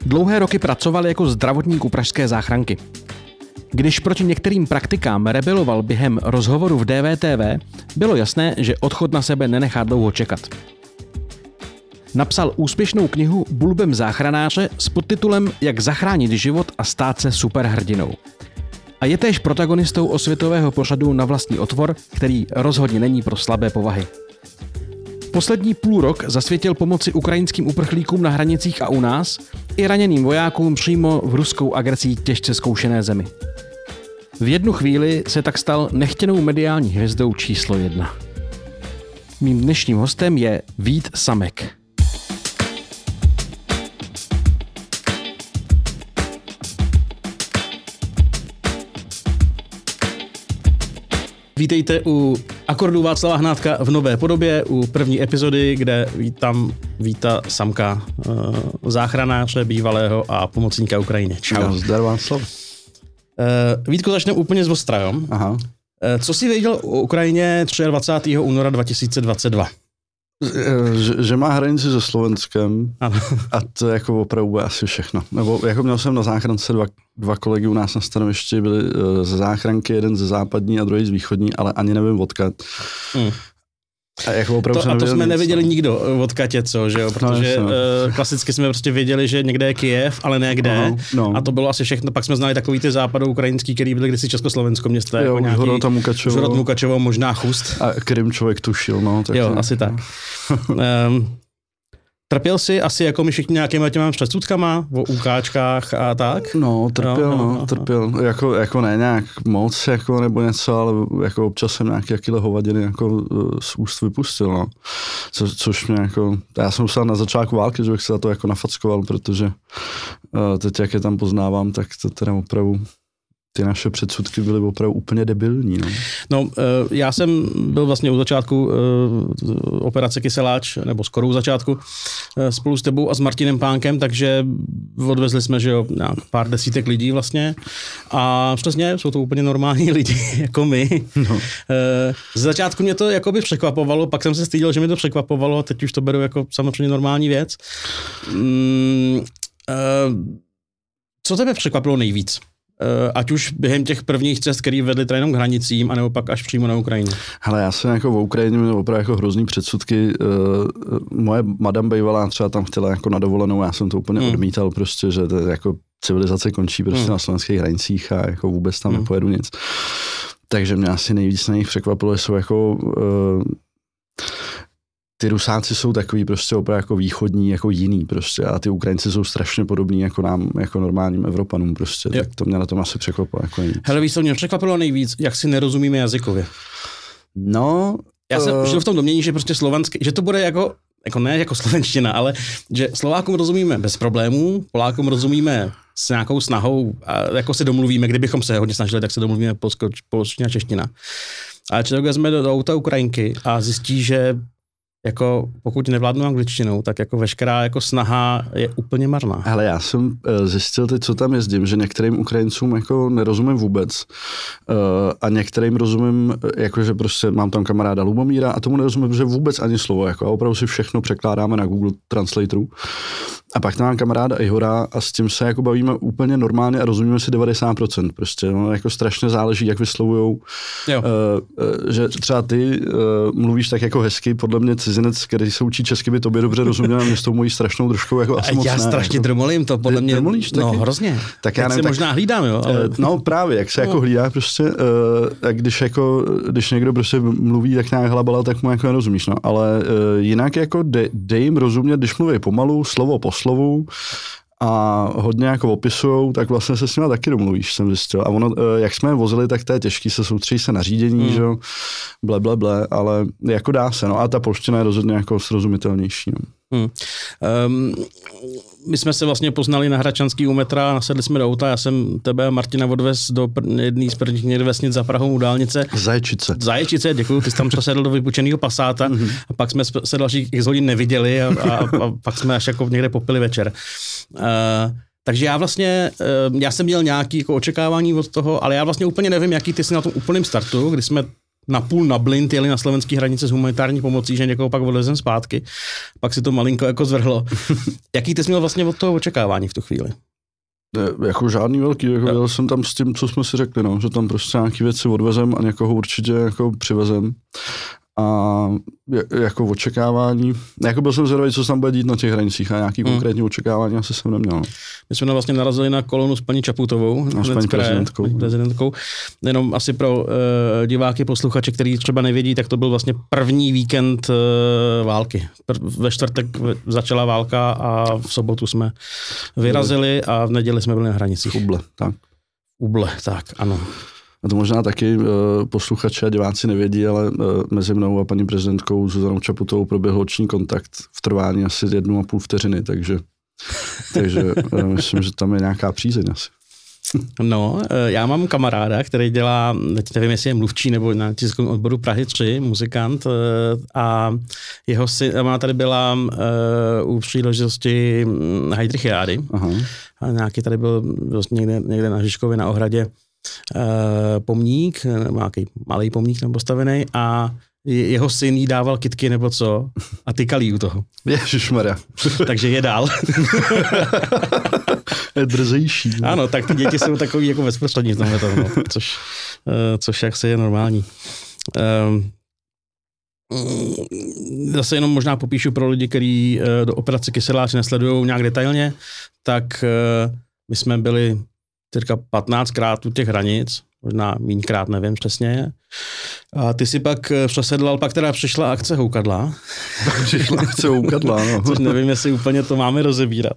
Dlouhé roky pracoval jako zdravotník u pražské záchranky. Když proti některým praktikám rebeloval během rozhovoru v DVTV, bylo jasné, že odchod na sebe nenechá dlouho čekat. Napsal úspěšnou knihu Bulbem záchranáře s podtitulem Jak zachránit život a stát se superhrdinou. A je též protagonistou osvětového pořadu Na vlastní otvor, který rozhodně není pro slabé povahy. Poslední půlrok zasvětil pomoci ukrajinským uprchlíkům na hranicích a u nás i raněným vojákům přímo v ruskou agresí těžce zkoušené zemi. V jednu chvíli se tak stal nechtěnou mediální hvězdou číslo 1. Mým dnešním hostem je Vít Samek. Vítejte u Akordů Václava Hnátka v nové podobě, u první epizody, kde vítám Víta Samka, záchranáře bývalého a pomocníka Ukrajině. Čau. Zdar Václav. Vítko, začne úplně z ostrajom. Aha. Co jsi věděl o Ukrajině 23. února 2022? Že má hranici se Slovenskem. Ano. A to je jako opravdu asi všechno. Nebo jako měl jsem na záchrance dva kolegy u nás na stanovišti, byli ze záchranky, jeden ze západní a druhý z východní, ale ani nevím odkud. A jako opravdu to jsme nevěděli nikdo odkatě, co, že jo, protože klasicky jsme prostě věděli, že někde je Kyjev, ale ne kde. Aha, no. A to bylo asi všechno. Pak jsme znali takový ty západoukrajinský, který byly kdysi Československo město, jo, jako nějaký Žorot Mukačevo, možná Chust. A Krym člověk tušil, no. Tak jo, asi tak. Trpěl jsi asi jako my všichni nějakýma těma předsudkama o UKčkách a tak? No, trpěl. Jako ne nějak moc, jako, nebo něco, ale jako občas jsem nějaké hovadiny jako z úst vypustil, no. Což mě jako, já jsem musel na začátku války, že bych se za to jako nafackoval, protože teď, jak je tam poznávám, tak to teda opravdu ty naše předsudky byly opravdu úplně debilní. No, já jsem byl vlastně u začátku operace Kyseláč, nebo skoro u začátku, spolu s tebou a s Martinem Pánkem, takže odvezli jsme, že jo, pár desítek lidí vlastně a přesně jsou to úplně normální lidi, jako my. No. Z začátku mě to jakoby překvapovalo, pak jsem se styděl, že mi to překvapovalo a teď už to beru jako samozřejmě normální věc. Co tebe překvapilo nejvíc? Ať už během těch prvních cest, který vedli třeba jenom k hranicím, anebo pak až přímo na Ukrajině. Hele, já jsem jako v Ukrajině měl opravdu jako hrozný předsudky. Moje madam bývalá třeba tam chtěla jako na dovolenou, já jsem to úplně odmítal prostě, že to jako civilizace končí prostě na slovenských hranicích a jako vůbec tam nepojedu nic. Takže mě asi nejvíc na nich překvapilo, že jsou jako ty Rusáci jsou takový prostě opravdu jako východní, jako jiný prostě a ty Ukrajinci jsou strašně podobní jako nám, jako normálním Evropanům prostě, tak to mě na tom asi překvapilo jako nejvíc. Hele, víš, co mě překvapilo nejvíc, jak si nerozumíme jazykově. No. Já jsem žil v tom domění, že prostě slovanský, že to bude jako ne jako slovenština, ale že Slovákům rozumíme bez problémů, Polákům rozumíme s nějakou snahou a jako se domluvíme, kdybychom se hodně snažili, tak se domluvíme polština a čeština. Ale člověk vezme do auta Ukrajinky a zjistí, že jako pokud nevládnu angličtinou, tak jako veškerá jako snaha je úplně marná. Hele, já jsem zjistil teď, co tam jezdím, že některým Ukrajincům jako nerozumím vůbec a některým rozumím, jakože prostě mám tam kamaráda Lubomíra a tomu nerozumím, že vůbec ani slovo, jako a opravdu si všechno překládáme na Google Translatoru. A pak tam mám kamaráda Ihora a s tím se jako bavíme úplně normálně a rozumíme si 90%. Prostě no, jako strašně záleží, jak vyslovujou. Že třeba ty mluvíš tak jako hezky, podle mě cizinec, který se učí česky, by tobě dobře rozuměl, mě s tou mojí strašnou držkou jako asi moc já ne. strašně jako drmolím to, podle mě. Drmolíš taky? No, hrozně. Tak já nevím, se možná hlídám, jo. Ale... No právě, jak se jako hlídá prostě, tak když někdo prostě mluví tak nějak hlabala, tak mu jako nerozumíš, no. Ale jinak jako dej jim rozumět, když mluví pomalu, slovo po slovu a hodně jako opisujou, tak vlastně se s nimi taky domluvíš, jsem zjistil. A ono, jak jsme je vozili, tak to je těžký, se soustředí se na řízení, že jo, ble, ale jako dá se, no a ta polština je rozhodně jako srozumitelnější, no. My jsme se vlastně poznali na Hradčanský u metra, nasedli jsme do auta, já jsem tebe a Martina odvez do jedné z prvních vesnic za Prahou u dálnice. Zaječice, děkuju, ty jsi tam přesedl do vypučeného Passáta a pak jsme se dalších x hodin neviděli a pak jsme až jako někde popili večer. Takže já jsem měl nějaké jako očekávání od toho, ale já vlastně úplně nevím, jaký ty jsi na tom úplném startu, kdy jsme napůl na blind jeli na slovenské hranice s humanitární pomocí, že někoho pak odvezem zpátky. Pak si to malinko jako zvrhlo. Jaký ty jsi měl vlastně od toho očekávání v tu chvíli? Jako žádný velký, jako jel jsem tam s tím, co jsme si řekli, no, že tam prostě nějaký věci odvezem a někoho určitě jako přivezem. A jako očekávání, jako byl jsem zvědavý, co se tam bude dít na těch hranicích a nějaký konkrétní očekávání asi jsem neměl. My jsme vlastně narazili na kolonu s paní Čaputovou, a s paní prezidentkou. Jenom asi pro diváky, posluchače, kteří třeba nevědí, tak to byl vlastně první víkend války. Ve čtvrtek začala válka a v sobotu jsme vyrazili a v neděli jsme byli na hranicích. Uble, tak, ano. A to možná taky posluchači a diváci nevědí, ale mezi mnou a paní prezidentkou Zuzanou Čaputovou proběhl oční kontakt v trvání asi 1,5 vteřiny, takže myslím, že tam je nějaká přízeň asi. No, já mám kamaráda, který dělá, nevím, jestli je mluvčí nebo na tiskovém odboru Prahy 3, muzikant, a jeho má tady byla u příležitosti Heydrichiády. A nějaký tady byl vlastně někde na Žižkově na Ohradě pomník, nějaký malý pomník tam postavený a jeho syn jí dával kytky nebo co a tykalí u toho. Ježišmarja. Takže je dál. Je drzejší. Ano, tak ty děti jsou takový jako bezprostřední v tomhle toho, no, což jak se je normální. Zase jenom možná popíšu pro lidi, kteří do operace Kyselář nesledují nějak detailně, tak my jsme byli cirka 15krát u těch hranic, možná mínkrát, nevím přesně. A ty si pak přesedlal, pak teda přišla akce Houkadla. Přišla akce Houkadla, no. Což nevím, jestli úplně to máme rozebírat.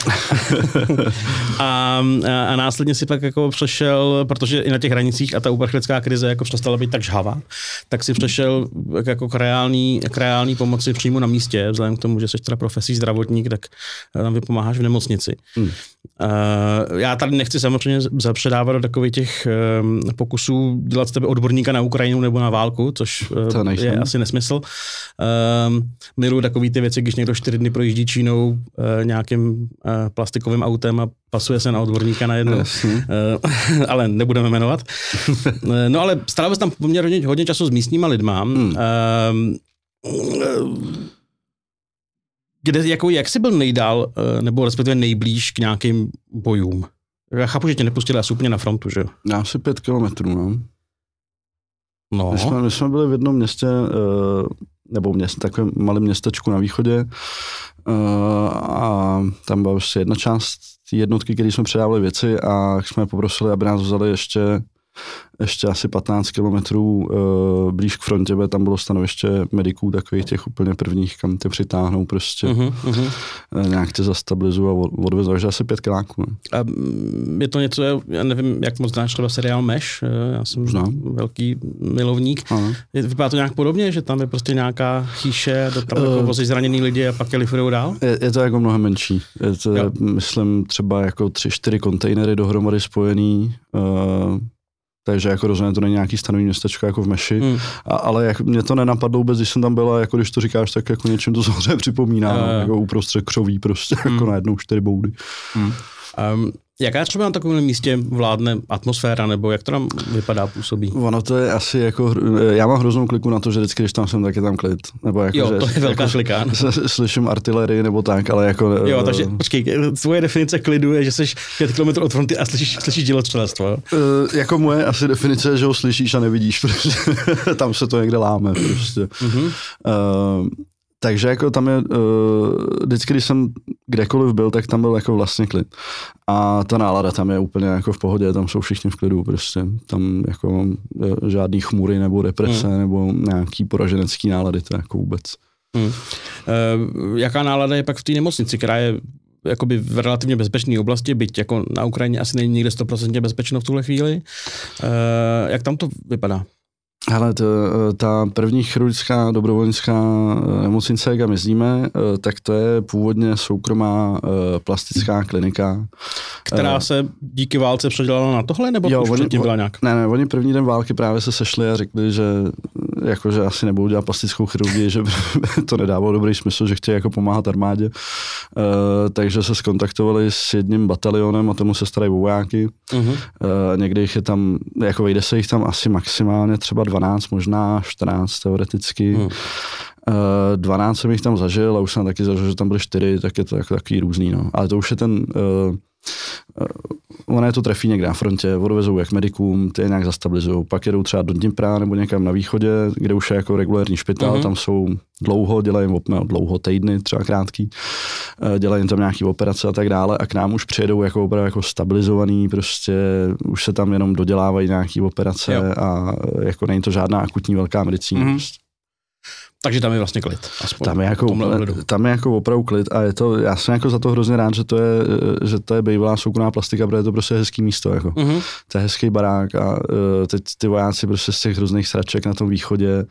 a následně si pak jako přešel, protože i na těch hranicích a ta uprchlická krize jako přestala být tak žhavá, tak si přešel jako k reální pomoci přímo na místě, vzhledem k tomu, že jsi teda profesí zdravotník, tak tam vypomáháš v nemocnici. Já tady nechci samozřejmě zapředávat do takových těch pokusů dělat z tebe odborníka na Ukrajinu nebo na válku, což je asi nesmysl. Miluji takový ty věci, když někdo 4 dny projíždí Čínou nějakým plastikovým autem a pasuje se na odborníka najednou. Ale nebudeme jmenovat. No ale strávil jsem tam poměrně hodně času s místníma lidma. Jak jsi byl nejdál, nebo respektive nejblíž k nějakým bojům? Já chápu, že tě nepustili asi úplně na frontu, že jo? Asi 5 kilometrů, no. No. My jsme byli v jednom městě, nebo takovém malém městečku na východě a tam byla vlastně jedna část jednotky, které jsme předávali věci a jsme je poprosili, aby nás vzali ještě asi 15 kilometrů blíž k frontě, tam bylo stanoviště mediků, takových těch úplně prvních, kam tě přitáhnou prostě. Nějak tě zastabilizují a odvezou, takže asi 5 kiláků. Ne? A je to něco, já nevím, jak moc znáš třeba seriál Mesh, já jsem velký milovník. Vypadá to nějak podobně, že tam je prostě nějaká chýše, tam jako vozí zraněný lidi a pak je lifrujou dál? Je to jako mnohem menší. Je to, myslím, třeba jako 3-4 kontejnery dohromady spojený, takže jako rozhodně to není nějaký stanový městečko jako v Meši, ale jak mě to nenapadlo vůbec, když jsem tam byla, jako když to říkáš, tak jako něčím to samozřejmě připomíná, no, jako uprostřed křoví prostě, jako najednou 4 boudy. Jaká třeba na takovém místě vládne atmosféra, nebo jak to tam vypadá, působí? Ono to je asi jako, já mám hroznou kliku na to, že vždycky, když tam jsem, tak je tam klid. Nebo jako, jo, to je velká klika. Slyším artilerii nebo tak, ale jako... Jo, takže počkej, tvoje definice klidu je, že jsi 5 km od fronty a slyšíš dělostřelectvo. Jako moje asi definice je, že ho slyšíš a nevidíš, prostě. Tam se to někde láme, prostě. Takže jako tam je, vždycky, když jsem kdekoliv byl, tak tam byl jako vlastně klid. A ta nálada tam je úplně jako v pohodě, tam jsou všichni v klidu prostě. Tam jako žádný chmury nebo deprese nebo nějaký poraženecký nálady, to jako vůbec. Jaká nálada je pak v té nemocnici, která je jakoby v relativně bezpečné oblasti, byť jako na Ukrajině asi není nikde 100% bezpečno v tuhle chvíli. Jak tam to vypadá? Hele, ta první chirurgická dobrovolnická nemocnice, kam jezdíme, tak to je původně soukromá plastická klinika. Která se díky válce předělala na tohle, nebo už předtím byla nějak? Ne, oni první den války právě se sešli a řekli, že jakože asi nebudou dělat plastickou chirurgii, že to nedávalo dobrý smysl, že chtějí jako pomáhat armádě. Takže se skontaktovali s jedním batalionem a tomu se starají o vojáky. Někdy jich je tam, jako vejde se jich tam asi maximálně třeba 12, možná 14 teoreticky. 12 jsem jich tam zažil a už jsem taky zažil, že tam byly 4, tak je to jako takový různý. No. Ale to už je ten... Ono je to trefí někde na frontě, odvezou jak medikům, ty je nějak zastabilizují, pak jedou třeba do Dněpra nebo někam na východě, kde už je jako regulární špitál, tam jsou dlouho, dělají dlouho týdny, třeba krátký, dělají tam nějaký operace a tak dále a k nám už přijedou jako opravdu jako stabilizovaný, prostě už se tam jenom dodělávají nějaký operace a jako není to žádná akutní velká medicína. Prostě. Takže tam je vlastně klid. Aspoň tam je jako opravdu klid a je to, já jsem jako za to hrozně rád, že to je bývalá soukromá plastika, protože je to prostě hezký místo. Jako. To je hezký barák a teď ty vojáci prostě z těch hrozných sraček na tom východě.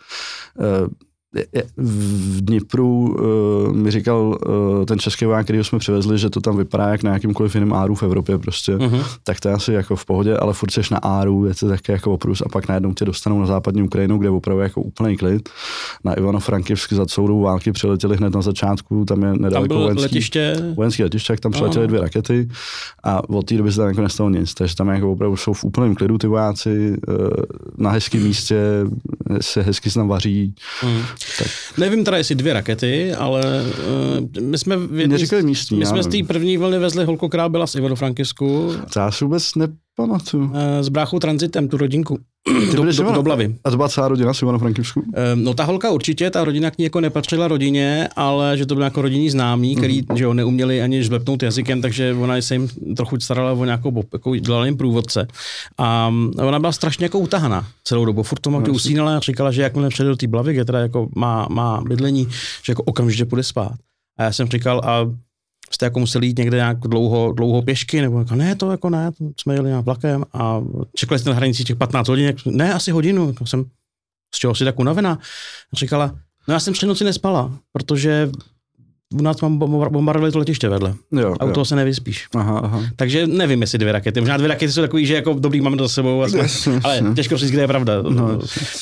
V Dnipru mi říkal ten český voják, který jsme přivezli, že to tam vypadá jak na jakýmkoliv jiném áru v Evropě prostě. Tak to je asi jako v pohodě, ale furt seš na áru, je to také jako oprus a pak najednou tě dostanou na západní Ukrajinu, kde je opravdu jako úplný klid. Na Ivano-Frankivsk za celou dobu války přiletěli hned na začátku, tam je nedaleko vojenský letiště, jak tam přiletěly 2 rakety a od té doby se tam jako nestalo nic, takže tam jako opravdu jsou v úplném klidu ty vojáci, na hezkém místě, se hezky se tam vaří. Tak. Nevím teda, jestli 2 rakety, ale my jsme z té první vlny vezli holku, která byla z Ivano-Frankivsku. Já si vůbec nepamatuju. S bráchou transitem, tu rodinku. Do Blavy. A to byla celá rodina z Ivano-Frankivsku? No ta holka určitě, ta rodina k ní jako nepatřila rodině, ale že to byl jako rodinní známí, který že jo, neuměli ani žlepnout jazykem, takže ona se jim trochu starala o nějakou jako dělala jim průvodce. A ona byla strašně jako utahaná celou dobu. Furt tomu usínala a říkala, že jakmile přijde do té Blavy, kde teda jako má bydlení, že jako okamžitě půjde spát. A já jsem říkal, a jste jako museli jít někde nějak dlouho pěšky, nebo jako ne, to jsme jeli nějak vlakem a čekali jste na hranici těch 15 hodin, ne, asi hodinu, jako jsem z čeho si tak unavená. A říkala, no já jsem 3 noci nespala, protože u nás mám bombardovali to letiště vedle. A u toho se nevyspíš. Aha. Takže nevím, jestli 2 rakety. Možná 2 rakety jsou takový, že jako dobrý máme za sebou, ale těžko říct, kde je pravda. No.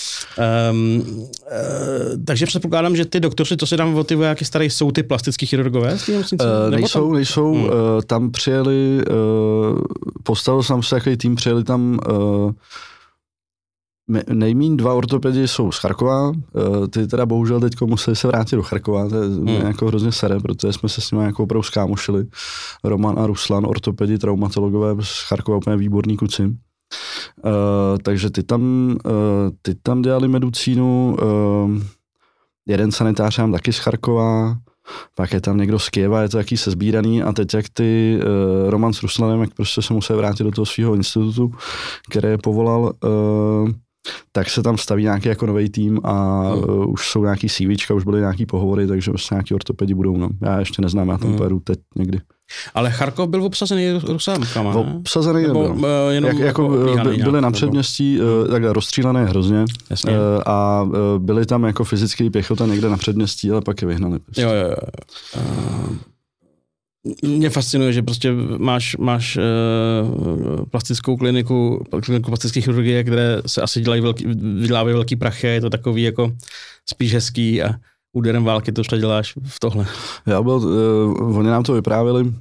Takže předpokládám, že ty doktoři, to se tam o ty vojáky starají, jsou ty plastický chirurgové? Nejsou. Tam přijeli, postavil jsem se takový tým, přijeli tam nejmíň 2 ortopedi jsou z Charkova, ty teda bohužel teďko museli se vrátit do Charkova, to je jako hrozně sere, protože jsme se s nimi jako opravdu skámošili. Roman a Ruslan, ortopedi, traumatologové z Charkova, úplně výborní kluci. Takže ty tam dělali medicínu, jeden sanitář mám taky z Charkova, pak je tam někdo z Kyjeva, je to jaký sezbíraný a teď jak ty Roman s Ruslanem, jak prostě se musel vrátit do toho svého institutu, který je povolal, tak se tam staví nějaký jako nový tým a už jsou nějaký CVčka, už byly nějaký pohovory, takže vlastně nějaký ortopedi budou. No. Já ještě neznám, já tam pojedu teď někdy. Ale Charkov byl obsazený Rusánkama, ne? Obsazený nebyl. Byli na předměstí, takhle rozstřílené hrozně. A byli tam jako fyzický pěchota někde na předměstí, ale pak je vyhnali. Prostě. Jo. Mě fascinuje, že prostě máš plastickou kliniku plastické chirurgie, kde se asi vydělávají velký prachy, je to takový jako spíš hezký a úderem války to předěláš v tohle. Oni nám to vyprávěli.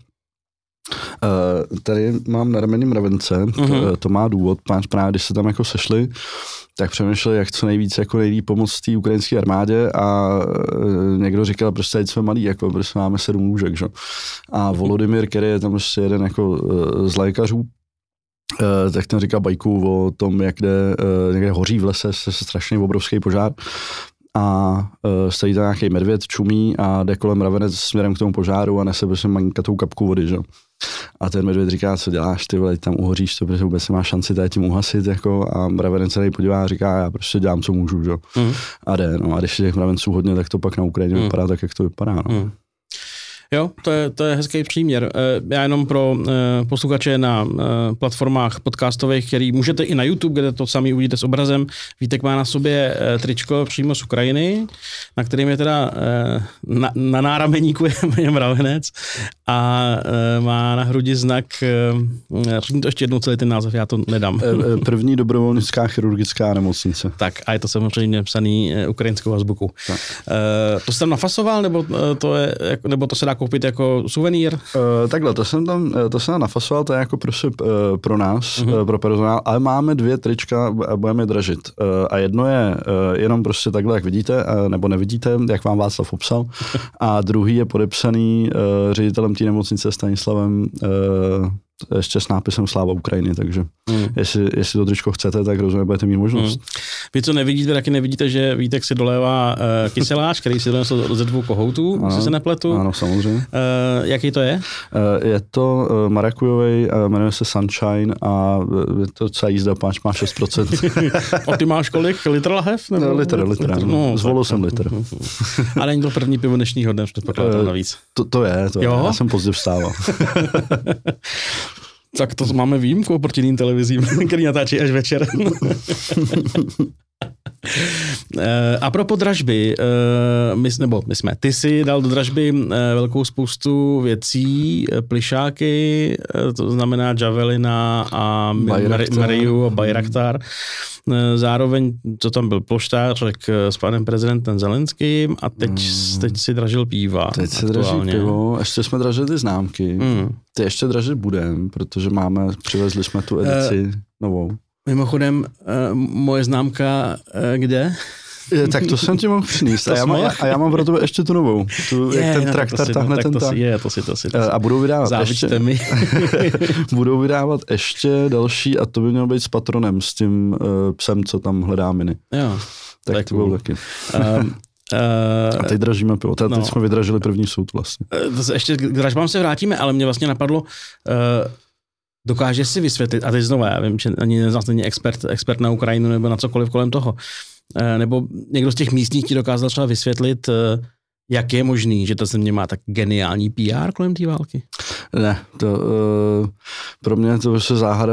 Tady mám na rameni mravence, to má důvod, právě když se tam jako sešli, tak přemýšleli, jak co nejvíc jako nejlíp pomoct té ukrajinské armádě a někdo říkal, prostě teď jsme malí, jako prostě máme 7 lůžek, že? A Volodymyr, který je tam prostě jeden jako z lékařů, tak ten říká bajku o tom, jak někde hoří v lese se strašně obrovský požár a stojí tam nějaký medvěd, čumí a jde kolem mravenec směrem k tomu požáru a nese prostě malinkatou kapku vody, že? A ten medvěd říká, co děláš, ty vole, tam uhoříš, to prostě vůbec nemáš šanci tady tím uhasit, jako, a mravenec se podívá a říká, já prostě dělám, co můžu, že? A jde, no, a když těch mravenců hodně, tak to pak na Ukrajině vypadá tak, jak to vypadá, no. Jo, to je hezký příměr. Já jenom pro posluchače na platformách podcastových, který můžete i na YouTube, kde to sami uvidíte s obrazem. Vítek má na sobě tričko přímo z Ukrajiny, na kterým je teda na nárameníku je mravenec a má na hrudi znak, řekni to ještě jednou celý ten název, já to nedám. První dobrovolnická chirurgická nemocnice. Tak a je to samozřejmě psaný ukrajinskou azbukou. To jsi tam nafasoval, nebo to se dá koupit jako suvenýr? Takhle, to jsem tam nafasoval, to je jako prostě pro nás, pro personál, ale máme 2 trička a budeme je dražit. A jedno je jenom prostě takhle, jak vidíte, nebo nevidíte, jak vám Václav popsal, a druhý je podepsaný ředitelem té nemocnice Stanislavem ještě s nápisem Sláva Ukrajiny, takže jestli to tričko chcete, tak rozhodně budete mít možnost. Vy, co nevidíte, taky nevidíte, že Vítek si dolévá kyseláč, který si donesl ze 2 kohoutů, jestli se nepletu. Ano, samozřejmě. Jaký to je? Je to marakujovej, jmenuje se Sunshine a je to celá jízda, páč má 6%. A ty máš kolik? Litr lahev? Litr. No, zvolil jsem litr. Ale není to první pivo dnešního dne, předpokládám navíc. To je. Já jsem pozdě vstával. Tak to máme výjimku oproti jiným televizím, který natáčí až večer. A pro dražby, ty si dal do dražby velkou spoustu věcí, plišáky, to znamená Javelina a Mariu a Bayraktar. Zároveň, co tam byl polštářek s panem prezidentem Zelenským a teď si dražil piva. Teď si draží pivo, ještě jsme dražili ty známky. Ty ještě dražit budem, protože přivezli jsme tu edici novou. Mimochodem, moje známka kde? Tak to jsem ti mohl přinést. A já mám pro tebe ještě tu novou. Jak ten traktor tahne ten tak. To si. A budou vydávat Závičte mi. Budou vydávat ještě další a to by mělo být s patronem, s tím psem, co tam hledá miny. Jo. Tak to bylo taky. A teď dražíme pivo. Teď jsme vydražili první soud vlastně. Ještě k dražbám se vrátíme, ale mě vlastně napadlo, dokáže si vysvětlit, a teď znovu, já vím, že ani není expert na Ukrajinu nebo na cokoliv kolem toho, nebo někdo z těch místních ti dokázal třeba vysvětlit, jak je možný, že ta země má tak geniální PR kolem té války? Ne, pro mě to se záhada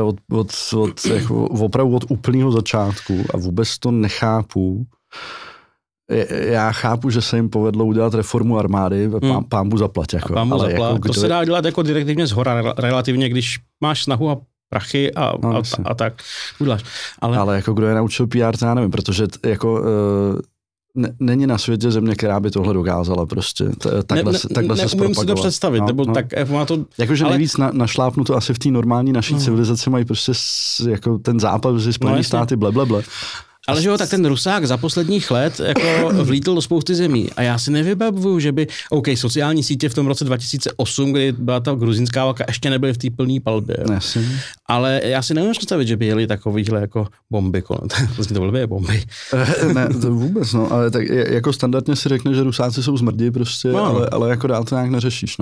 opravdu od úplného začátku a vůbec to nechápu. Já chápu, že se jim povedlo udělat reformu armády, pánbu zaplať. Jako, pánbu zaplať, jako, to se dá dělat jako direktivně zhora relativně, když máš snahu a prachy a tak uděláš. Ale jako kdo je naučil PR, to já nevím, protože jako není na světě země, která by tohle dokázala prostě. Takhle se zpropagovat. Neumím si to představit, nebo tak má to... Jakože nejvíc našlápnuto asi v té normální naší civilizaci mají prostě jako ten západ, Spojené státy, blablabla. Ale že jo, tak ten Rusák za posledních let jako vlítl do spousty zemí a já si nevybavuju, že by, sociální sítě v tom roce 2008, kdy byla ta gruzinská válka, ještě nebyly v té plné palbě. Ale já si nevím představit, že by jeli takovýhle jako bomby. To byly bomby. Ne, to vůbec, ale tak jako standardně si řekne, že Rusáci jsou zmrdí prostě, ale jako dál to nějak neřešíš,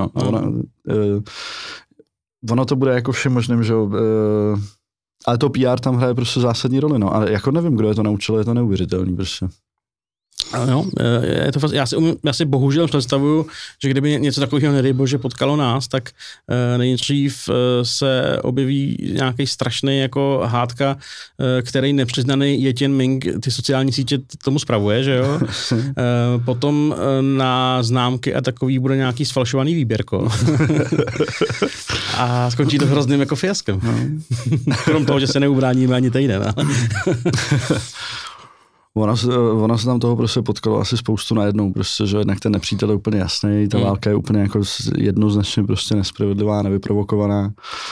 Ono to bude jako všem možným, že ale to PR tam hraje prostě zásadní roli, ale jako nevím, kdo je to naučil, je to neuvěřitelný prostě. No, já si bohužel představuju, že kdyby něco takového, nedej bože, potkalo nás, tak nejdřív se objeví nějaký strašný jako hádka, který nepřiznaný Jetěn Ming ty sociální sítě tomu spravuje, že jo? Potom na známky a takový bude nějaký sfalšovaný výběrko. A skončí to hrozným jako fiaskem. Krom toho, že se neubráníme ani týden. Ono se tam toho prostě potkalo asi spoustu najednou, prostě, že jednak ten nepřítel je úplně jasný, ta válka je úplně jako jednoznačně prostě nespravedlivá, nevyprovokovaná.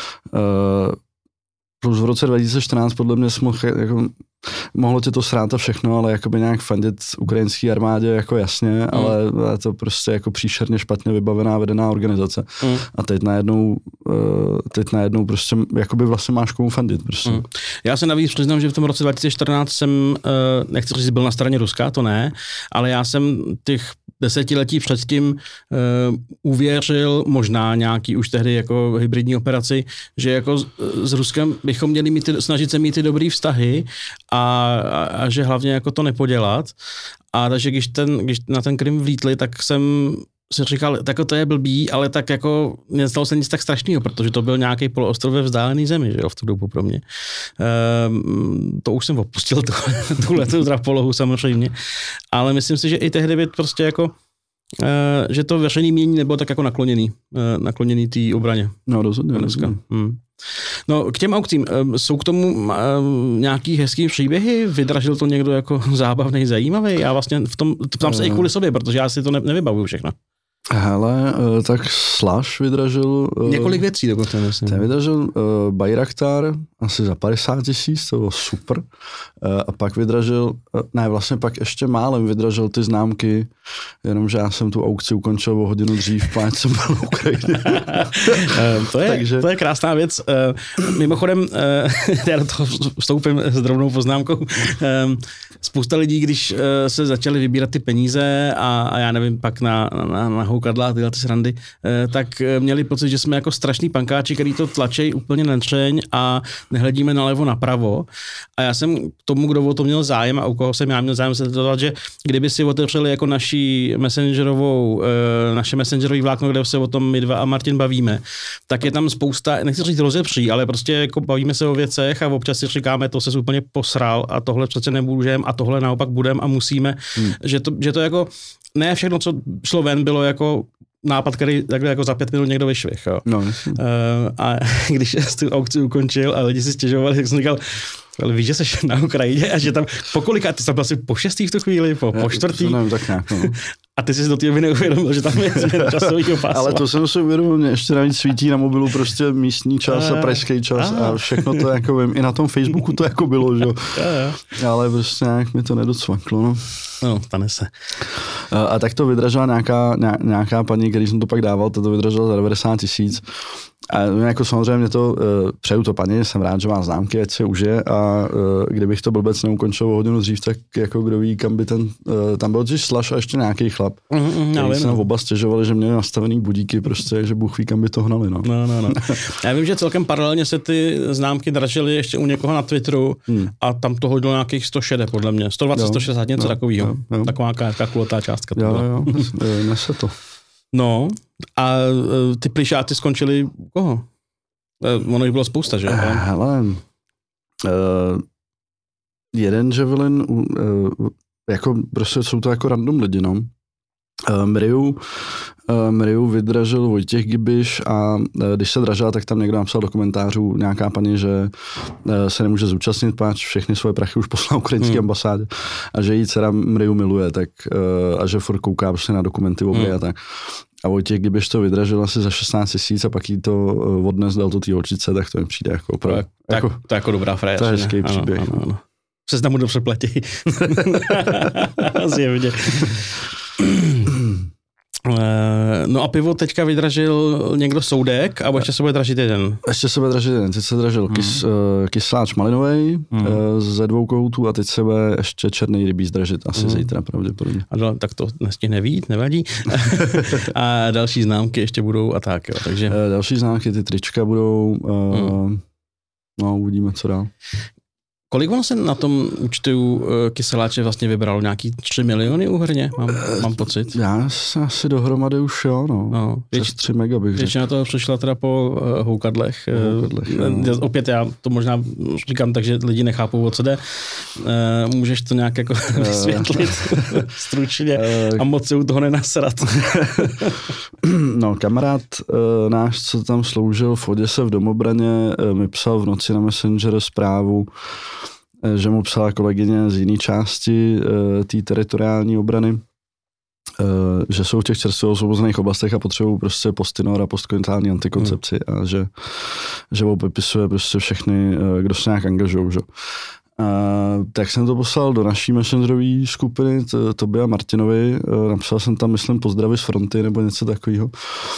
Plus v roce 2014 podle mě mohlo tě to srát a všechno, ale jakoby nějak fandit ukrajinský armádě jako jasně, ale je to prostě jako příšerně špatně vybavená vedená organizace. A teď najednou prostě jakoby vlastně máš komu fandit prostě. Já se navíc přiznám, že v tom roce 2014 jsem, nechci říct, byl na straně Ruska, to ne, ale já jsem těch desetiletí předtím uvěřil možná nějaký už tehdy jako hybridní operaci, že jako s Ruskem bychom měli snažit se mít ty dobrý vztahy a že hlavně jako to nepodělat. A takže když na ten Krym vlítli, tak jsem si říkal, tak to je blbý, ale tak jako nestalo se nic tak strašného, protože to byl nějaký poloostrov ve vzdálený zemi, že jo, v tu dobu pro mě. To už jsem opustil, tuhle polohu samozřejmě, ale myslím si, že i tehdy by prostě jako že to veřejné mínění nebylo tak jako nakloněný té obraně. No, rozhodně. No, k těm aukcím, jsou k tomu nějaký hezký příběhy? Vydražil to někdo jako zábavný, zajímavý? Já vlastně v tom ptám se i kvůli sobě, protože já si to nevybavuju všechno. Hele, tak Slash vydražil... Několik věcí dokonce, myslím. Ten vydražil Bayraktar asi za 50 000, to bylo super. A pak vydražil, vlastně pak ještě málem vydražil ty známky, jenomže já jsem tu aukci ukončil o hodinu dřív, páč jsem byl na Ukrajině. To je krásná věc. Mimochodem, já do toho vstoupím s drobnou poznámkou. Spousta lidí, když se začaly vybírat ty peníze a já nevím, pak na houkadla a tyhle ty srandy, tak měli pocit, že jsme jako strašný pankáči, který to tlačejí úplně na třeň a nehledíme nalevo napravo. A já jsem k tomu, kdo o to měl zájem a u koho jsem já měl zájem se dodat, že kdyby si otevřeli jako naše messengerový vlákno, kde se o tom my dva a Martin bavíme, tak je tam spousta, nechci říct rozepří, ale prostě jako bavíme se o věcech a občas si říkáme, to se úplně posral a tohle přece nemůžeme a tohle naopak budeme a musíme, že to jako ne všechno, co šlo ven, bylo jako nápad, který takhle jako za 5 minut někdo vyšvih. No, a když tu aukci ukončil a lidi si stěžovali, tak jsem říkal, ale víš, že jsi na Ukrajině a že tam pokoliká, ty jsi tam byl asi po 6. v tu chvíli, po 4. Nevím, tak nějak, no. A ty jsi do té doby neuvědomil, že tam je změna časového pásma. Ale to jsem si uvědomil, mě ještě navíc svítí na mobilu prostě místní čas a pražský čas a všechno to jako vím. I na tom Facebooku to jako bylo, že jo. Ale prostě nějak mi to nedocvaklo, no. No, stane se. A tak to vydražila nějaká paní, který jsem to pak dával, to vydražila za 90 000. A jako samozřejmě to přeju to paní, jsem rád, že má známky, ať se užije a kdybych to blbec neukončil o hodinu dřív, tak jako kdo ví, kam by tam byl totiž Slash a ještě nějaký chlap, který se oba stěžovali, že měli nastavený budíky prostě, že Bůh ví, kam by to hnali, no. No. Já vím, že celkem paralelně se ty známky dražily ještě u někoho na Twitteru a tam to hodilo nějakých 160 podle mě, 120, 160, něco takového. Taková kulatá částka. Jo, nese to. No, a ty plišáty skončily u koho? Ono jich bylo spousta, že? Hele, jeden Javelin, jako prostě jsou to jako random lidi, no. Mriu vydražil Vojtěch Gibiš a když se dražila, tak tam někdo napsal do komentářů nějaká paní, že se nemůže zúčastnit, páč všechny svoje prachy už poslal ukrajinské ambasádě a že jí dcera Mriu miluje, tak a že furt kouká prostě na dokumenty o a tak. A Vojtěch Gibiš to vydražil asi za 16 000 a pak jí to odnes dal to té holčice, tak to mi přijde jako opravdu. To je jako dobrá frajer. To je hezký příběh. Ano. Seznamu dobře platí. Zjevně. No a pivo teďka vydražil někdo Soudek a ještě se bude dražit jeden. Ještě se bude dražit jeden. Teď se dražil kysláč malinovej ze 2 koutů a teď se bude ještě černý rybí zdražit asi zítra pravděpodobně. A tak to nestihne vít, nevadí. A další známky ještě budou a tak, jo. Takže... Další známky, ty trička budou, no uvidíme, co dál. Kolik on se na tom účtu kyseláče vlastně vybral? Nějaký 3 miliony úhrně, mám pocit. Já asi dohromady už jo, no. Přes 3 mega bych řekl. Většina toho přišla teda po houkadlech. Opět já to možná říkám tak, že lidi nechápou, o co jde. Můžeš to nějak jako vysvětlit stručně a moc se u toho nenasrat. No, kamarád náš, co tam sloužil v Oděse v domobraně, mi psal v noci na Messenger zprávu, že mu psala kolegyně z jiné části té teritoriální obrany, že jsou v těch čerstvě osvobozených oblastech a potřebují prostě postinor a postkoitální antikoncepci a že popisuje prostě všechny, kdo se nějak angažují, že? Tak jsem to poslal do naší messengerové skupiny, Tobě a Martinovi, napsal jsem tam, myslím, pozdravy z fronty nebo něco takového.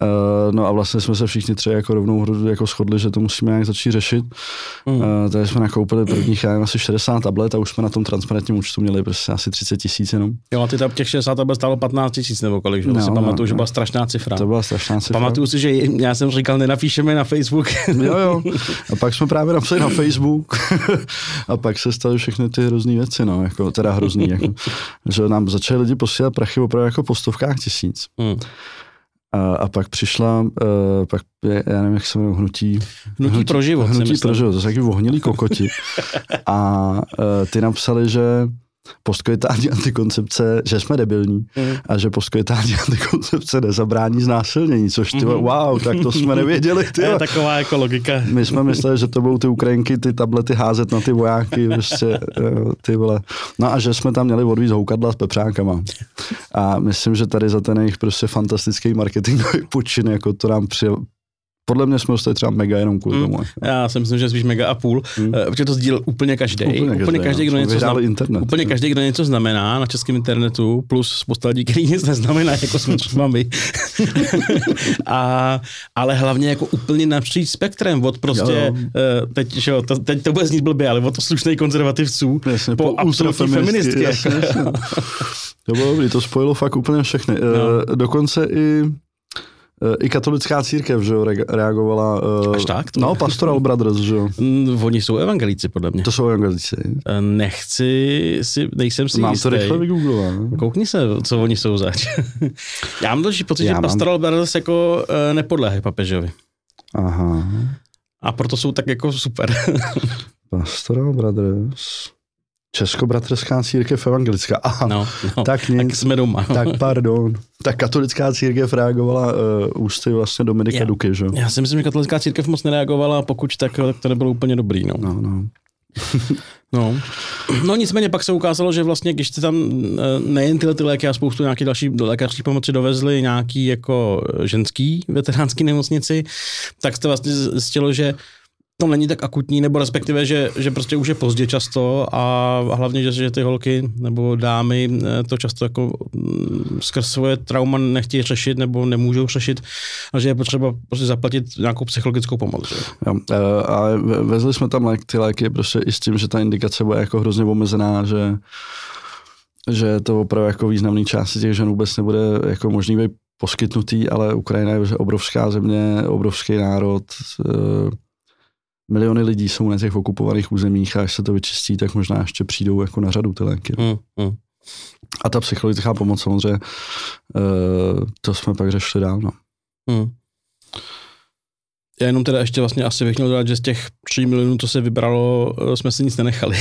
No a vlastně jsme se všichni tři jako rovnou jako shodli, že to musíme nějak začít řešit. Tady jsme nakoupili prvních, asi 60 tablet a už jsme na tom transparentním účtu měli prostě asi 30 000 jenom. Jo, a ty tam těch 60 tablet stálo 15 000 nebo kolik, že? No, si pamatuju, že byla strašná cifra. To byla strašná cifra. Pamatuju si, že já jsem říkal, nenapíšeme na Facebook. Jo. A pak jsme právě napsali na Facebook a pak se staly všechny ty hrozný věci, no, jako, teda hrozný, jako, že nám začali lidi posílat prachy opravdu jako po stovkách tisíc. A pak přišla, pak, já nevím, jak se jmenuje, Hnutí pro život. Hnutí pro život, to jsou taky vohnilí kokoti. A ty napsali, že postkoitální antikoncepce, že jsme debilní a že postkoitální antikoncepce nezabrání znásilnění, což ty wow, tak to jsme nevěděli. To je taková jako logika. My jsme mysleli, že to budou ty Ukrajinky, ty tablety házet na ty vojáky, prostě, ty vole. No a že jsme tam měli odvízt houkadla s pepřákama. A myslím, že tady za ten jejich prostě fantastický marketingový počin, jako to nám podle mě jsme dostali třeba mega jenom kvůli tomu. Já si myslím, že spíš mega a půl, protože to sdílel úplně každý. Úplně každý, kdo něco znamená na českém internetu, plus spousta lidí, který nic neznamená, jako jsme třeba my. Ale hlavně jako úplně napříč spektrem, od prostě, teď to bude znít blbě, ale od slušných konzervativců po absolutní feministky. To bylo dobrý, to spojilo fakt úplně všechny. Dokonce i katolická církev, že jo, reagovala. Až tak? No, Pastoral Brothers, že jo. Oni jsou evangelíci, podle mě. To jsou evangelíci. Nejsem si Mám jistý. to rychle vygooglovat. Koukni se, co oni jsou zač. Já mám další pocit, že Pastoral Brothers jako nepodléhají papežovi. Aha. A proto jsou tak jako super. Pastoral Brothers... Českobratrská církev evangelická. Aha, no, tak jsme doma. Tak pardon. Tak katolická církev reagovala ústy vlastně Dominika Duky, že? Já si myslím, že katolická církev moc nereagovala, pokud tak to nebylo úplně dobrý. No, nicméně pak se ukázalo, že vlastně, když jste tam nejen tyhle léky a spoustu nějakých další lékařských pomoci dovezli nějaký jako ženský veteránský nemocnici, tak jste vlastně zjistilo, že to není tak akutní, nebo respektive, že prostě už je pozdě často a hlavně, že ty holky nebo dámy to často jako skrz svoje trauma nechtějí řešit nebo nemůžou řešit a že je potřeba prostě zaplatit nějakou psychologickou pomoc. Jo, ale vezli jsme tam ty léky prostě i s tím, že ta indikace bude jako hrozně omezená, že to opravdu jako významný části těch žen vůbec nebude jako možný být poskytnutý, ale Ukrajina je obrovská země, obrovský národ, miliony lidí jsou na těch okupovaných územích a až se to vyčistí, tak možná ještě přijdou jako na řadu ty léky. A ta psychologická pomoc samozřejmě, to jsme pak řešili dávno. Já jenom teda ještě vlastně asi bych měl dodat, že z těch 3 milionů, co se vybralo, jsme si nic nenechali.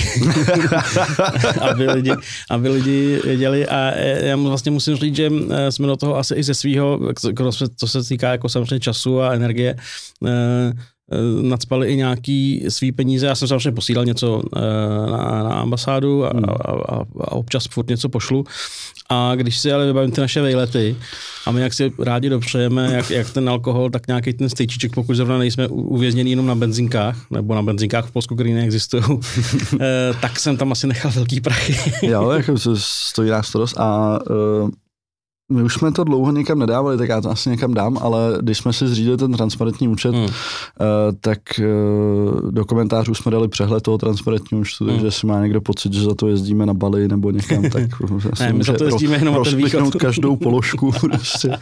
aby lidi věděli a já vlastně musím říct, že jsme do toho asi i ze svýho, co se týká jako samozřejmě času a energie, nacpali i nějaký svý peníze. Já jsem samozřejmě posílal něco na ambasádu a občas furt něco pošlu. A když si ale vybavím ty naše vejlety a my jak si rádi dopřejeme, jak ten alkohol, tak nějaký ten stejčíček, pokud zrovna nejsme uvězněni jenom na benzinkách, nebo na benzinkách v Polsku, které neexistují, tak jsem tam asi nechal velký prachy. Jo, jako stojí nás to dost a my už jsme to dlouho někam nedávali, tak já to asi někam dám, ale když jsme si zřídili ten transparentní účet, tak do komentářů jsme dali přehled toho transparentního účtu, takže si má někdo pocit, že za to jezdíme na Bali nebo někam, tak ne, my za to jezdíme jenom na ten východ. Každou položku. Prostě.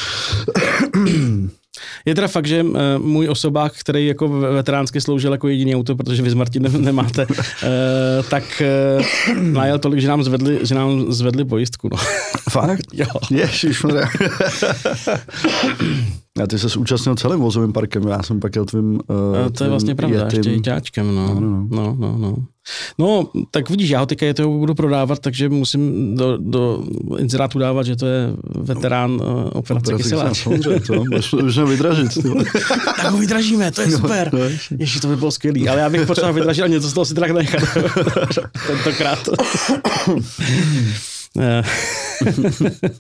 Je teda fakt, že můj osobák, který jako veteránsky sloužil jako jediný auto, protože vy s Martinem nemáte, tak najel tolik, že nám zvedli pojistku. No. Fakt? Jo. Ježišmarja. A ty ses účastnil celým vozovým parkem, já jsem pak jel tvým to je vlastně pravda, ještě i ťáčkem, no. No, tak vidíš, já ho teďka toho budu prodávat, takže musím do inzerátu dávat, že to je veterán operace Kyselář. Samozřejmě, to už vydražit. Tak ho vydražíme, to je super. Ježiš, to by bylo skvělý, ale já bych potřeboval vydražit a něco z toho si tak nechat. Tentokrát.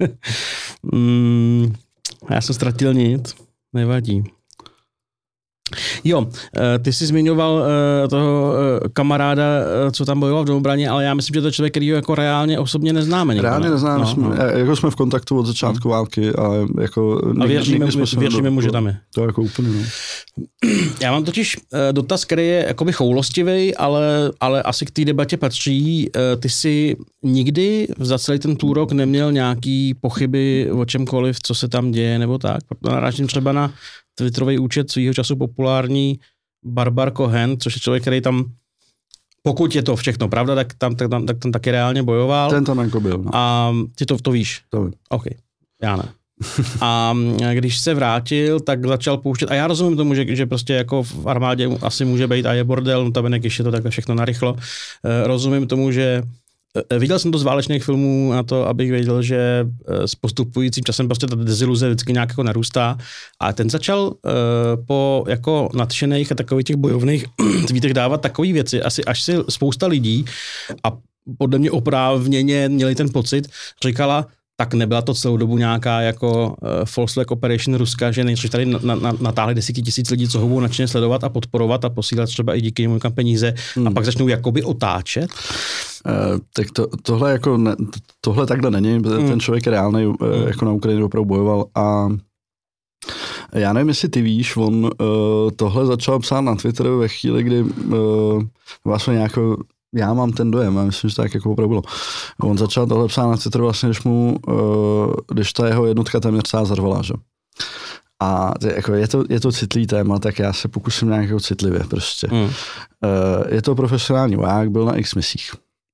Já jsem ztratil nic, nevadí. Jo, ty jsi zmiňoval toho kamaráda, co tam bojoval v Domobraně, ale já myslím, že to je člověk, který ho jako reálně osobně neznáme. Reálně neznáme, jako jsme v kontaktu od začátku války, ale jako... A věříme mu, že tam je. To jako úplně, no. Já mám totiž dotaz, který je jakoby choulostivý, ale asi k té debatě patří. Ty jsi nikdy za celý ten půl rok neměl nějaký pochyby o čemkoliv, co se tam děje nebo tak? Narážím třeba na twitterový účet svýho času populární Barbar Cohen, což je člověk, který tam, pokud je to všechno pravda, tak tam taky reálně bojoval. Ten tam jako byl. No. A ty to víš? To vím. OK, já ne. A když se vrátil, tak začal pouštět, a já rozumím tomu, že prostě jako v armádě asi může být a je bordel, notabene, když je to takhle všechno narychlo. Rozumím tomu, že viděl jsem to z válečných filmů na to, abych věděl, že s postupujícím časem prostě ta deziluze vždycky nějak jako narůstá. A ten začal po jako nadšených a takových těch bojovných tweetech dávat takové věci, až si spousta lidí, a podle mě oprávněně měli ten pocit, říkala, tak nebyla to celou dobu nějaká jako false flag operation Ruska, že nejdřív tady natáhli desítky tisíc lidí, co ho budou nadšeně sledovat a podporovat a posílat třeba i díky němu kam peníze a pak začnou jakoby otáčet. Tak tohle jako tohle takhle není, ten člověk je reálný, jako na Ukrajině opravdu bojoval a já nevím, jestli ty víš, on tohle začal psát na Twitteru ve chvíli, kdy vlastně nějakou, já mám ten dojem, a myslím, že tak jako opravdu bylo. On začal tohle psát na Twitteru vlastně, když ta jeho jednotka téměř celá zarvala, že? A jako je to citlivý téma, tak já se pokusím nějak jako citlivě prostě. Je to profesionální voják, byl na X misích.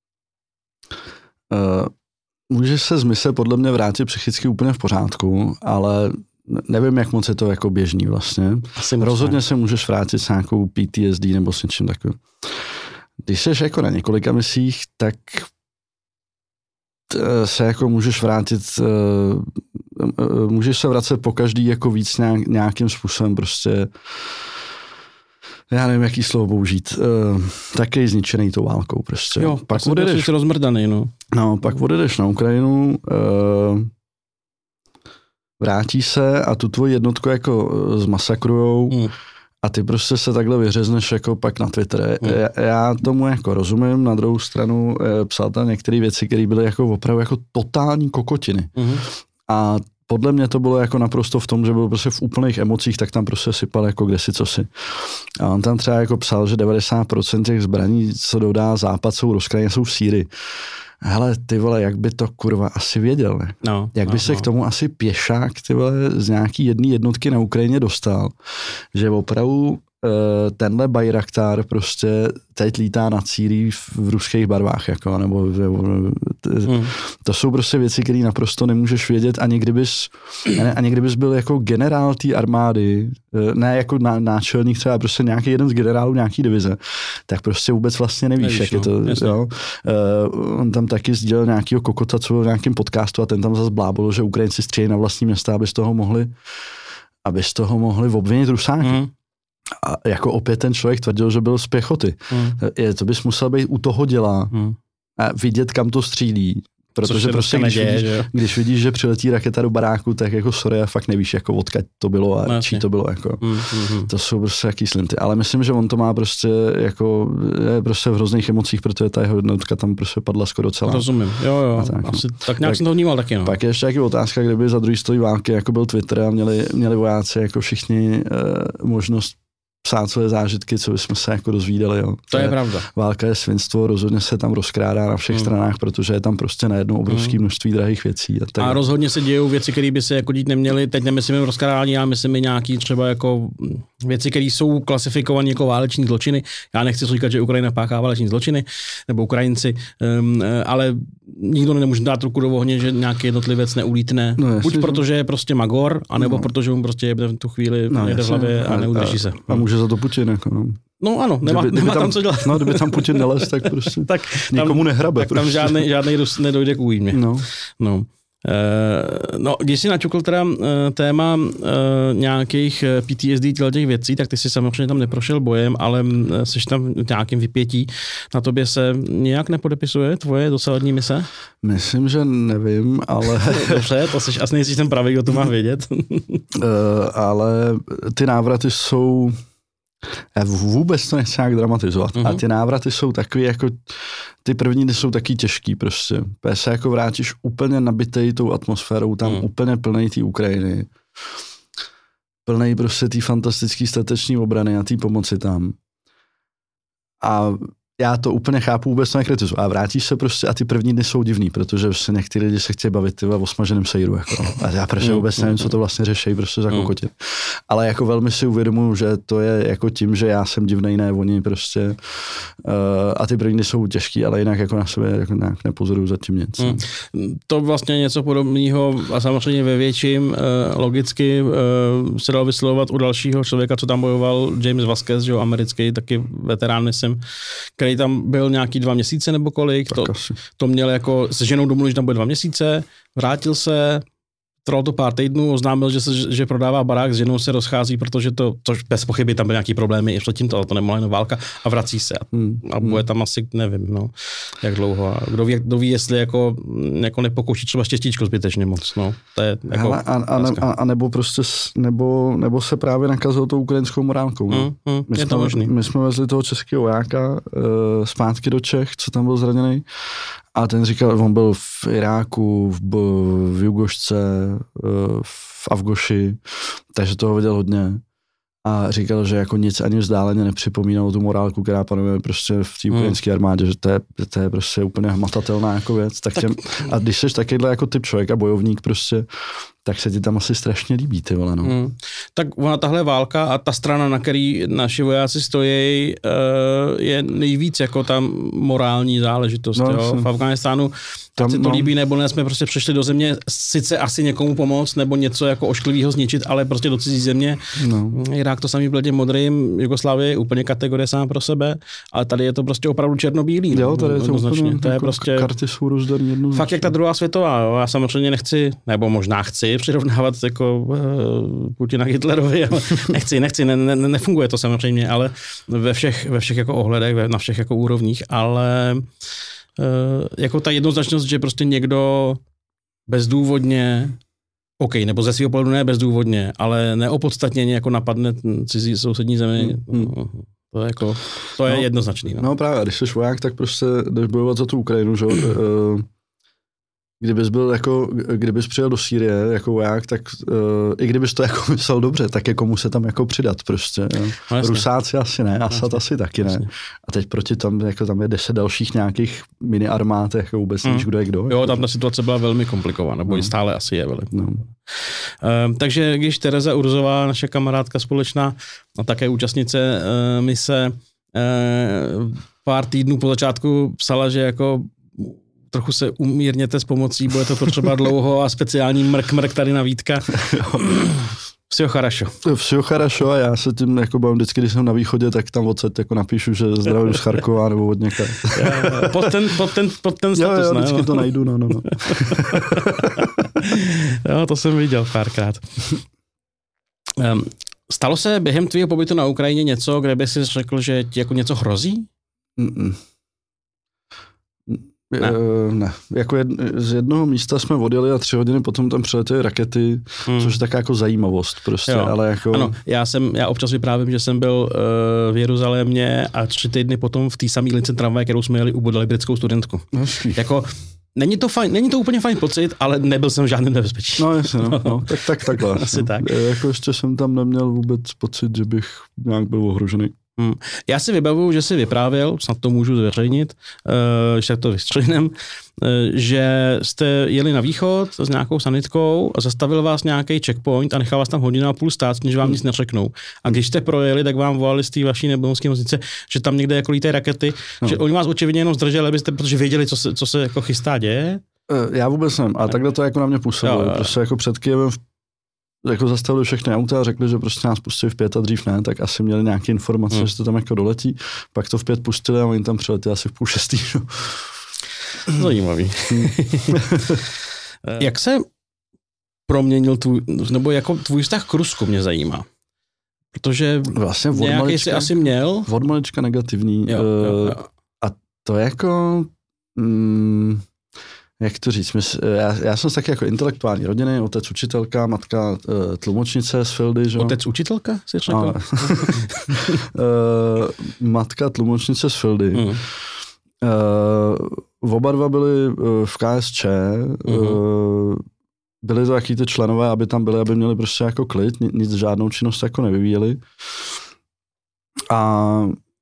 Může se z mise podle mě vrátit psychicky úplně v pořádku, ale nevím, jak moc je to jako běžný vlastně. Rozhodně se můžeš vrátit s nějakou PTSD nebo s něčím takovým. Když jsi jako na několika misích, tak se jako můžeš vrátit, můžeš se vracet po každý jako víc nějakým způsobem prostě, já nevím, jaký slovo použít, taky zničený tou válkou prostě. Jo, pak odjedeš rozmrdaný, no. No, pak odjedeš na Ukrajinu, vrátí se a tu tvoji jednotku jako zmasakrujou a ty prostě se takhle vyřezneš jako pak na Twitter. Já tomu jako rozumím, na druhou stranu psal tam některé věci, které byly jako opravdu jako totální kokotiny. A podle mě to bylo jako naprosto v tom, že byl prostě v úplných emocích, tak tam prostě sypal jako kdesi cosi. A on tam třeba jako psal, že 90% těch zbraní, co dodá Západ, jsou rozkrajené, jsou v Sýrii. Hele, ty vole, jak by to kurva asi věděl, ne? Jak by se k tomu asi pěšák, ty vole, z nějaký jedné jednotky na Ukrajině dostal, že opravdu tenhle Bayraktar prostě teď lítá nad Sýrií v ruských barvách, jako, nebo to jsou prostě věci, které naprosto nemůžeš vědět, ani kdybys byl jako generál té armády, ne jako náčelník třeba prostě nějaký jeden z generálů nějaký divize, tak prostě vůbec vlastně nevíš jak je to. Jo? On tam taky sdělil nějakýho kokota, co byl v nějakém podcastu a ten tam zase blábol, že Ukrajinci střílejí na vlastní města, aby z toho mohli obvinit Rusáky. A jako opět ten člověk tvrdil, že byl z pěchoty. To bys musel být u toho děla a vidět, kam to střílí. Protože prostě když vidíš, že přiletí raketa do baráku, tak jako sorry, a fakt nevíš, jako odkud to bylo a čí to bylo. Jako. To jsou prostě jaký slinty. Ale myslím, že on to má prostě jako, je prostě v hrozných emocích, protože ta jeho jednotka tam prostě padla skoro celá. Rozumím, jo. Tak nějak jsem to vnímal taky. No. Pak je ještě taky otázka, kdyby za druhý stojí války jako byl Twitter a měli vojáci jako všichni možnost psát své zážitky, co bychom se jako dozvídali. Jo. To je pravda. Válka je svinstvo, rozhodně se tam rozkrádá na všech stranách, protože je tam prostě najednou obrovské množství drahých věcí. A rozhodně se dějou věci, které by se jako dít neměly. Teď nemyslím rozkrádání, já myslím nějaký třeba jako věci, které jsou klasifikované jako váleční zločiny. Já nechci říkat, že Ukrajina páchá váleční zločiny, nebo Ukrajinci, ale nikdo nemůže dát ruku do ohně, že nějaký jednotlivec neulítne. No, buď protože je prostě magor, anebo protože mu prostě jede v tu chvíli jede v hlavě a neudrží se. A může za to Putin. Jako, no. No ano, nemá tam co dělat. No, kdyby tam Putin nelez, tak prostě tak nikomu nehrabe. Tak prostě. Tam žádný Rus nedojde k újmě. No. Když jsi načukl teda téma nějakých PTSD těch věcí, tak ty si samozřejmě tam neprošel bojem, ale jsi tam v nějakém vypětí. Na tobě se nějak nepodepisuje tvoje dosavadní mise? Myslím, že nevím, ale... Dobře, to jsi asi nejsi ten pravý, kdo to má vědět. Ale ty návraty jsou Já vůbec to nechci nějak dramatizovat. A ty návraty jsou takový jako, ty první dny jsou taky těžký prostě. Protože se jako vrátíš úplně nabitej tou atmosférou, tam úplně plnej té Ukrajiny. Plnej prostě té fantastické stateční obrany a té pomoci tam. A já to úplně chápu, vůbec to nekritizuji. A vrátíš se prostě a ty první dny jsou divný, protože se některý lidi se chtějí bavit o smaženém sejru. Jako. A já prostě vůbec nevím, co to vlastně řeší prostě za kokotě. Ale jako velmi si uvědomuji, že to je jako tím, že já jsem divnej, ne oni prostě. A ty první dny jsou těžký, ale jinak jako na sebe jako nějak nepozoruju zatím nic. To vlastně něco podobného a samozřejmě ve větším logicky se dalo vyslovovat u dalšího člověka, co tam bojoval, James Vasquez, že jo, americký, taky veterán, myslím, který tam byl nějaký 2 měsíce nebo kolik, to měl jako se ženou domluvil, že tam bude 2 měsíce, vrátil se, trvalo to pár týdnů, oznámil, že prodává barák, s ženou se rozchází, protože to bez pochyby tam byly nějaký problémy i předtím, ale to nemohla jenom válka a vrací se. A bude tam asi, nevím, no, jak dlouho. A kdo ví, jestli jako nepokouší třeba štěstíčko zbytečně moc. No. To je jako a nebo prostě, nebo se právě nakazil tou ukrajinskou morálkou. No. My jsme vezli toho českého vojáka zpátky do Čech, co tam byl zraněný. A ten říkal, on byl v Iráku, v Jugošce, v Afgoši, takže toho viděl hodně. A říkal, že jako nic ani vzdáleně nepřipomínalo tu morálku, která panuje prostě v té ukrajinské armádě, že to je prostě úplně hmatatelná jako věc. A když jsi takovýhle jako typ člověk a bojovník prostě, tak se ti tam asi strašně líbí, ty vole, no. Tak ona tahle válka a ta strana, na který naši vojáci stojí, je nejvíc jako tam morální záležitost, no, jo. V Afghánistánu tam se to líbí, nebo ne, jsme prostě přišli do země, sice asi někomu pomoct, nebo něco jako ošklivýho zničit, ale prostě do cizí země. No. Irák to samý byl těm modrým, Jugoslávie je úplně kategorie sám pro sebe, ale tady je to prostě opravdu černobílý. Jo, tady je to úplně, to je jako prostě karty jsou rozdaný jednou. Fakt jak ta druhá světová, jo. Já samozřejmě nechci, nebo možná chci přirovnávat jako Putina Hitlerovi, ale nechci, nefunguje to samozřejmě, ale ve všech jako ohledech, na všech jako úrovních, ale jako ta jednoznačnost, že prostě někdo bezdůvodně, nebo ze svého pohledu ne bezdůvodně, ale neopodstatněně jako napadne cizí sousední zemi, to je jednoznačný. No. No právě, když jsi voják, tak prostě jdeš bojovat za tu Ukrajinu, že kdybys přijel do Sýrie jako voják, tak i kdybys to jako myslel dobře, tak jako mu se tam jako přidat prostě. No, Rusáci asi ne, Asad asi taky ne. A teď proti tam, jako tam je 10 dalších nějakých mini armád, jako vůbec nevíš, kdo je kdo. Jo, tam ta situace byla velmi komplikovaná, nebo i stále asi je velmi. No. Takže když Tereza Urzová, naše kamarádka společná a také účastnice mise, pár týdnů po začátku psala, že jako trochu se umírněte s pomocí, bude to potřeba dlouho a speciální mrk tady na Vítka. Всё хорошо. Всё хорошо a já se tím jako bavím vždycky, když jsem na východě, tak tam odsud jako napíšu, že zdravím z Charkova nebo od něka. Pod ten status, jo, vždycky to najdu, no. Jo, to jsem viděl párkrát. Stalo se během tvýho pobytu na Ukrajině něco, kde by si řekl, že ti jako něco hrozí? Ne. Jako z jednoho místa jsme odjeli a 3 hodiny potom tam přiletěly rakety, což je taková jako zajímavost prostě, jo. Ale jako... Ano, já občas vyprávím, že jsem byl v Jeruzalémě a 3 týdny potom v té samé lince tramvaje, kterou jsme jeli, ubodali britskou studentku. Jako, není to úplně fajn pocit, ale nebyl jsem v žádném nebezpečí. No jasně, no. takhle. Asi tak. Jako ještě jsem tam neměl vůbec pocit, že bych nějak byl ohrožený. Já si vybavuju, že si vyprávěl, snad to můžu zveřejnit, když tak to vystřihnem, že jste jeli na východ s nějakou sanitkou a zastavil vás nějaký checkpoint a nechal vás tam 1,5 hodiny stát, než vám nic neřeknou. A když jste projeli, tak vám volali z té vaší nebelonské nemocnice, že tam někde jako lítají rakety, že oni vás očividně jenom zdrželi, protože věděli, co se jako chystá děje. Já vůbec nevím, a takhle to jako na mě působilo. Prostě jako před Kyjevem jako zastavili všechny auta a řekli, že prostě nás pustili v 5 a dřív ne, tak asi měli nějaké informace, že to tam jako doletí. Pak to v 5 pustili a oni tam přiletěli asi v 5:30. Zajímavý. Jak se proměnil nebo jako tvůj vztah k Rusku mě zajímá? Protože vlastně nějaký jsi asi měl. Od malička negativní. Jo. A to jako... jak to říct, já jsem taky jako intelektuální rodiny, otec učitelka, matka tlumočnice z Fildy, že? Otec učitelka, jsi řekl? Matka tlumočnice z Fildy. Oba dva byli v KSČ, byli to jaký ty členové, aby tam byli, aby měli prostě jako klid, nic žádnou činnost jako nevyvíjeli. A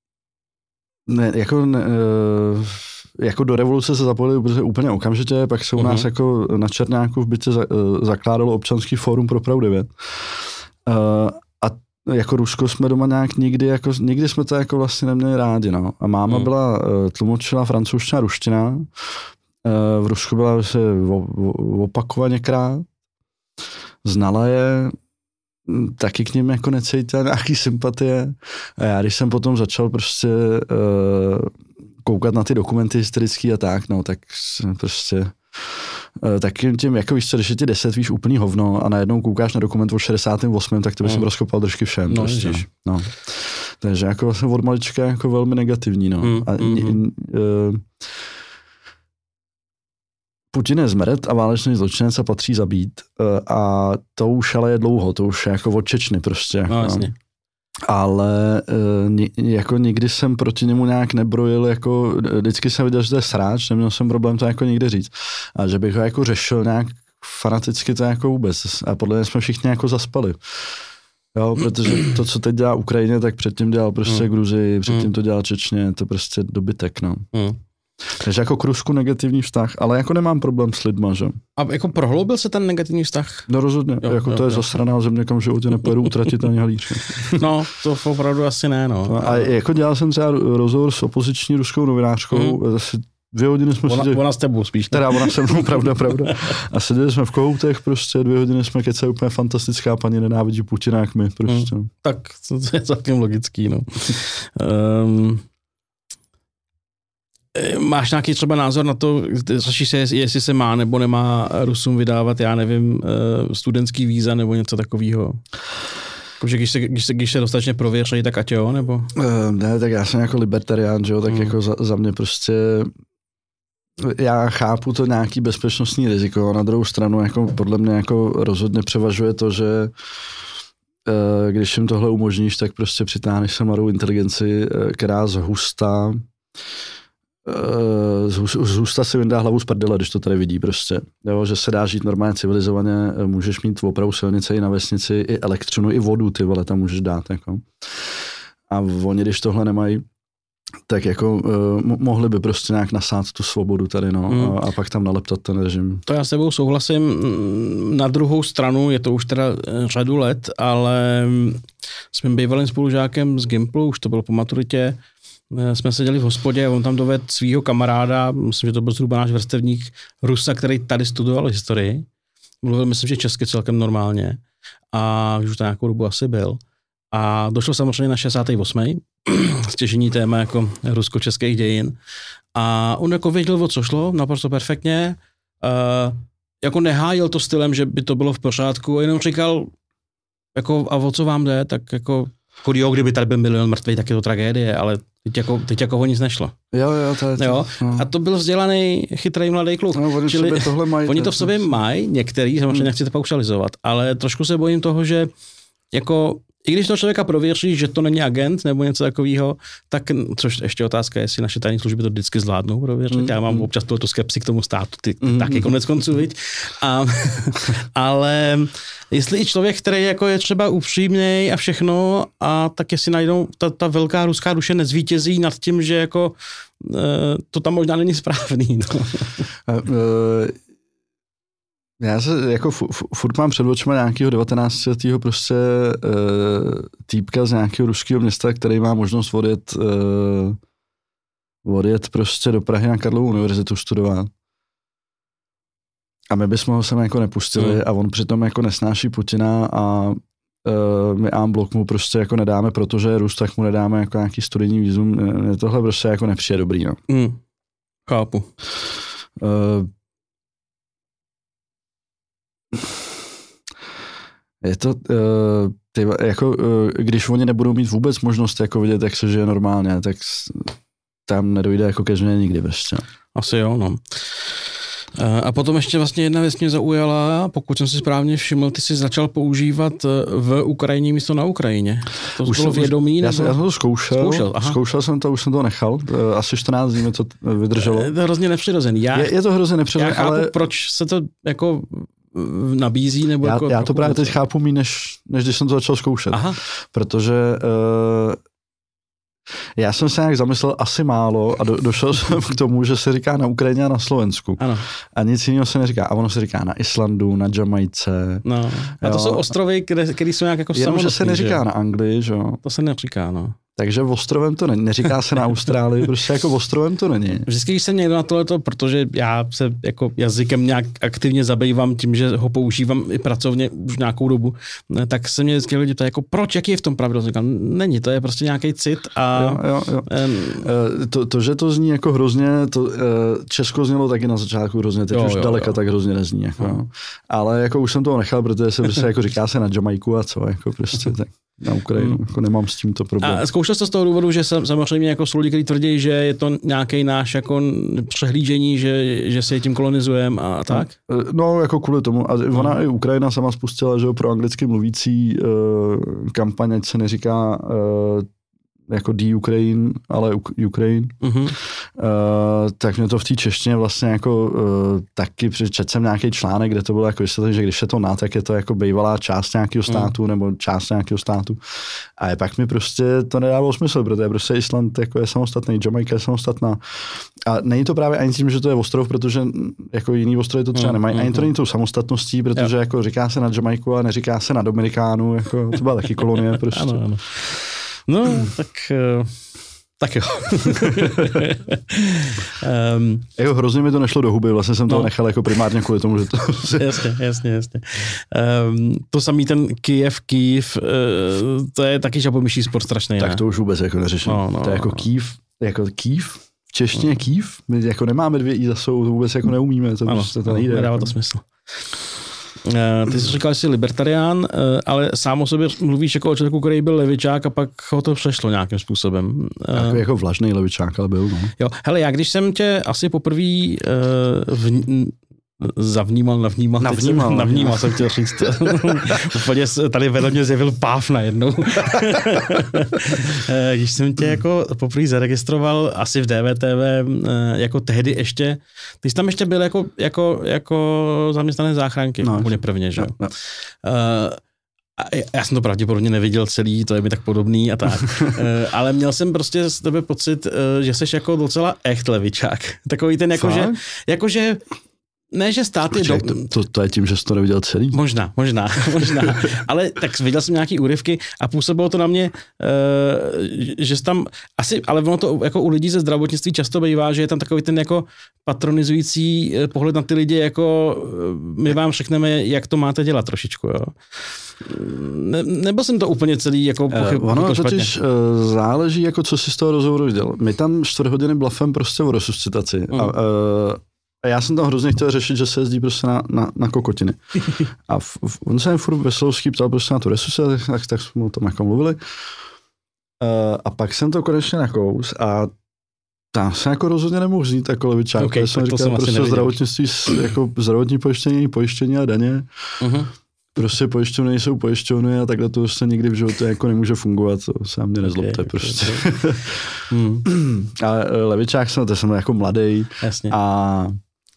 jako do revoluce se zapojili úplně okamžitě, pak se u nás jako na Černáku v bytě zakládalo občanský fórum pro Prahu 9. A jako Rusko jsme doma nějak nikdy jsme to jako vlastně neměli rádi, no. A máma tlumočila francouzština, ruština, v Rusku byla se opakovaněkrát, znala je, taky k ním jako necítila nějaký sympatie. A já když jsem potom začal prostě koukat na ty dokumenty historický a tak, no, tak prostě taky tím, jako víš co, když je ti 10, víš úplný hovno a najednou koukáš na dokument o 68, tak to by jsem rozkopal držky všem. No, prostě. No. Takže jako vlastně od malička jako velmi negativní, no. Putin je zmrt a válečný zločinec a patří zabít. A to už ale je dlouho, to už je jako odčečny prostě. No, jasně. Ale jako nikdy jsem proti němu nějak nebrojil, jako vždycky jsem viděl, že to je sráč, neměl jsem problém to jako nikdy říct. A že bych ho jako řešil nějak fanaticky, to jako vůbec. A podle mě jsme všichni jako zaspali. Jo, protože to, co teď dělá Ukrajině, tak předtím dělal prostě Gruzii, předtím to dělal Čečně, to prostě dobytek, no. Takže jako k Rusku negativní vztah, ale jako nemám problém s lidma, že? A jako prohloubil se ten negativní vztah? No rozhodně, to je zasraná země, kam v životě nepojedu utratit ani halíř. No, to opravdu asi ne, no. A jako dělal jsem třeba rozhovor s opoziční ruskou novinářkou, asi 2 hodiny jsme seděli. Ona s tebou spíš. Teda ona se mnou, pravda. A seděli jsme v kohoutech, prostě 2 hodiny jsme kecali, úplně fantastická paní nenávidí Putina, jak my, prostě. Tak to je celkem logický, no. Máš nějaký třeba názor na to, řešíš se, jestli se má nebo nemá Rusům vydávat, já nevím, studentský víza nebo něco takového? Že když se dostatečně prověří, tak ať jo, nebo? Ne, tak já jsem jako libertarián, že jo, tak jako za mě prostě já chápu to nějaký bezpečnostní riziko, na druhou stranu jako podle mě jako rozhodně převažuje to, že když jim tohle umožníš, tak prostě přitáhneš se mladou inteligenci, která zhusta si vyndá hlavu z prdele, když to tady vidí prostě. Jo, že se dá žít normálně civilizovaně, můžeš mít opravdu silnice i na vesnici, i elektřinu, i vodu, ty vole, tam můžeš dát. Jako. A oni, když tohle nemají, tak jako mohli by prostě nějak nasát tu svobodu tady, no, a pak tam naleptat ten režim. To já s tebou souhlasím. Na druhou stranu, je to už teda řadu let, ale s mým bývalým spolužákem z Gimplu, už to bylo po maturitě, jsme seděli v hospodě a on tam dovedl svýho kamaráda, myslím, že to byl zhruba náš vrstevník Rusa, který tady studoval historii. Mluvil, myslím, že česky celkem normálně a už to nějakou dobu asi byl. A došlo samozřejmě na 68. stěžení téma jako rusko-českých dějin. A on jako věděl, o co šlo, naprosto perfektně. Jako nehájil to stylem, že by to bylo v pořádku, a jenom říkal, jako, a o co vám jde, tak jako kdyby tady byl 1 milion mrtvých, tak je to tragédie, ale teď jako o nic nešlo. Jo, to je to. Jo? No. A to byl vzdělaný, chytrý mladý kluk. No, oni to v sobě mají, některý, samozřejmě nechci to paušalizovat, ale trošku se bojím toho, že jako i když to člověka prověří, že to není agent nebo něco takového, tak, což ještě otázka je, jestli naše tajné služby to vždycky zvládnou prověřit. Já mám občas tu skepsi k tomu státu, taky konec konců, viď? Ale jestli i člověk, který jako je třeba upřímnej a všechno, a tak jestli najdou, ta velká ruská duše nezvítězí nad tím, že jako to tam možná není správný. No. Já se jako furt mám před očima nějakého 19letého prostě týpka z nějakého ruského města, který má možnost odjet prostě do Prahy na Karlovu univerzitu studovat. A my bychom ho sem jako nepustili a on přitom jako nesnáší Putina a my en bloc mu prostě jako nedáme, protože je Rus, tak mu nedáme jako nějaký studijní vízum. Tohle prostě jako nepřijde dobrý, no. Chápu. Je to, jako, když oni nebudou mít vůbec možnost jako vidět, jak se žije normálně, tak tam nedojde jako ke změně nikdy ještě. Asi jo, no. A potom ještě vlastně jedna věc mě zaujala, pokud jsem si správně všiml, ty jsi začal používat v Ukrajině místo na Ukrajině. To už bylo vědomý? Já jsem to zkoušel jsem to, už jsem to nechal. Asi 14 dní mi to vydrželo. Je to hrozně nepřirozený. Je to hrozně nepřirozený, ale proč se to jako nabízí? Nebo já to právě teď chápu méně, než když jsem to začal zkoušet. Aha. Protože já jsem se nějak zamyslel asi málo a došel jsem k tomu, že se říká na Ukrajině a na Slovensku. Ano. A nic jiného se neříká. A ono se říká na Islandu, na Jamajce. No. A to jsou ostrovy, které jsou nějak jako samostatný. Jenom, že se neříká na Anglii, že jo? To se neříká, no. Takže ostrovem to není. Neříká se na Austrálii, prostě jako ostrovem to není. Vždycky, když jsem někdo na tohleto, protože já se jako jazykem nějak aktivně zabývám tím, že ho používám i pracovně už nějakou dobu, tak se mě vždycky lidi ptají, jako proč, jaký je v tom pravidlo? Říkám, není, to je prostě nějaký cit a... Jo. To, že to zní jako hrozně, Česko znělo taky na začátku hrozně, teď už daleka tak hrozně nezní. Jako, ale jako už jsem toho nechal, protože se prostě jako říká se na Jamajku a co, jako prostě tak. Na Ukrajinu, jako nemám s tímto problém. A zkoušel jsi to z toho důvodu, že samozřejmě jako jsou lidi, kteří tvrdí, že je to nějaký náš jako přehlížení, že se tím kolonizujeme a tak? No, jako kvůli tomu. A ona i Ukrajina sama spustila, že pro anglicky mluvící kampaň, ať se neříká jako Ukraine, ale Ukraine. Tak mě to v té češtině vlastně jako taky, četl jsem nějaký článek, kde to bylo jako vysvětlené, že když je to tak je to jako bývalá část nějakého státu nebo část nějakého státu. A pak mi prostě to nedávalo smysl, protože prostě Island jako je samostatný, Jamajka je samostatná. A není to právě ani tím, že to je ostrov, protože jako jiný ostrovy to třeba nemají. Ani to není tou samostatností, protože jako říká se na Jamajku a neříká se na Dominikánu, jako to byla taky kolonie prostě. Ano. No, tak jo. Jako hrozně mi to nešlo do huby, vlastně jsem to nechal jako primárně kvůli tomu, že to... Jasně. To samý ten Kyjev, to je taky žabomyší sport strašný, tak to už vůbec jako neřeším. To je jako Kyjev, v češtině Kyjev, my jako nemáme 2 i za sou, to vůbec jako neumíme, to prostě to nejde. Nedává to smysl. Ty jsi říkal, že jsi libertarián, ale sám o sobě mluvíš jako o člověku, který byl levičák a pak ho to přešlo nějakým způsobem. Jako vlažný levičák, ale byl, no. Jo, hele, já když jsem tě asi poprvé navnímal jsem chtěl říct. Úplně tady vedle mě zjevil páv najednou. Když jsem tě jako poprvé zaregistroval asi v DVTV, jako tehdy ještě, ty jsi tam ještě byl jako zaměstnanec záchranky, úplně prvně, že jo? No. Já jsem to pravděpodobně neviděl celý, to je mi tak podobný a tak. Ale měl jsem prostě z tebe pocit, že jsi jako docela echt levičák. Takový ten jakože ne, že stát je... To je tím, že jsi to neviděl celý? Možná. Ale tak viděl jsem nějaký úryvky a působilo to na mě, že jsi tam asi, ale ono to jako u lidí ze zdravotnictví často bývá, že je tam takový ten jako patronizující pohled na ty lidi, jako my vám řekneme, jak to máte dělat trošičku, jo. Nebyl jsem to úplně celý jako ono totiž záleží, jako co si z toho rozhovoru viděl. My tam 4 hodiny blafem prostě o resuscitaci. A já jsem tam hrozně chtěl řešit, že se jezdí prostě na kokotiny. A on se furt Veselovský ptal prostě na tu resuscitaci, tak jsme o tom jako mluvili. A pak jsem to konečně nakous a tam se jako rozhodně nemohl znít jako levičák. Okay, jsem říkal prostě zdravotnictví, jako zdravotní pojištění a daně. Prostě pojišťovny nejsou pojišťovny a takhle to prostě nikdy v životě jako nemůže fungovat, to se mě nezlobte prostě. Ale levičák jsem jako mladý. Jasně. A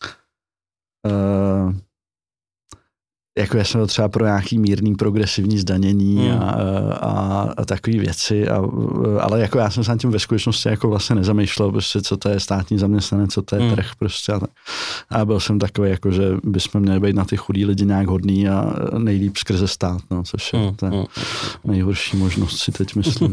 jako já jsem třeba pro nějaký mírný progresivní zdanění a takové věci, ale jako já jsem se tím ve skutečnosti jako vlastně nezamýšlel, prostě co to je státní zaměstnanec, co to je trh prostě a byl jsem takový, jako že bychom měli být na ty chudý lidi nějak hodný a nejlíp skrze stát, no, což je nejhorší možnost si teď myslím.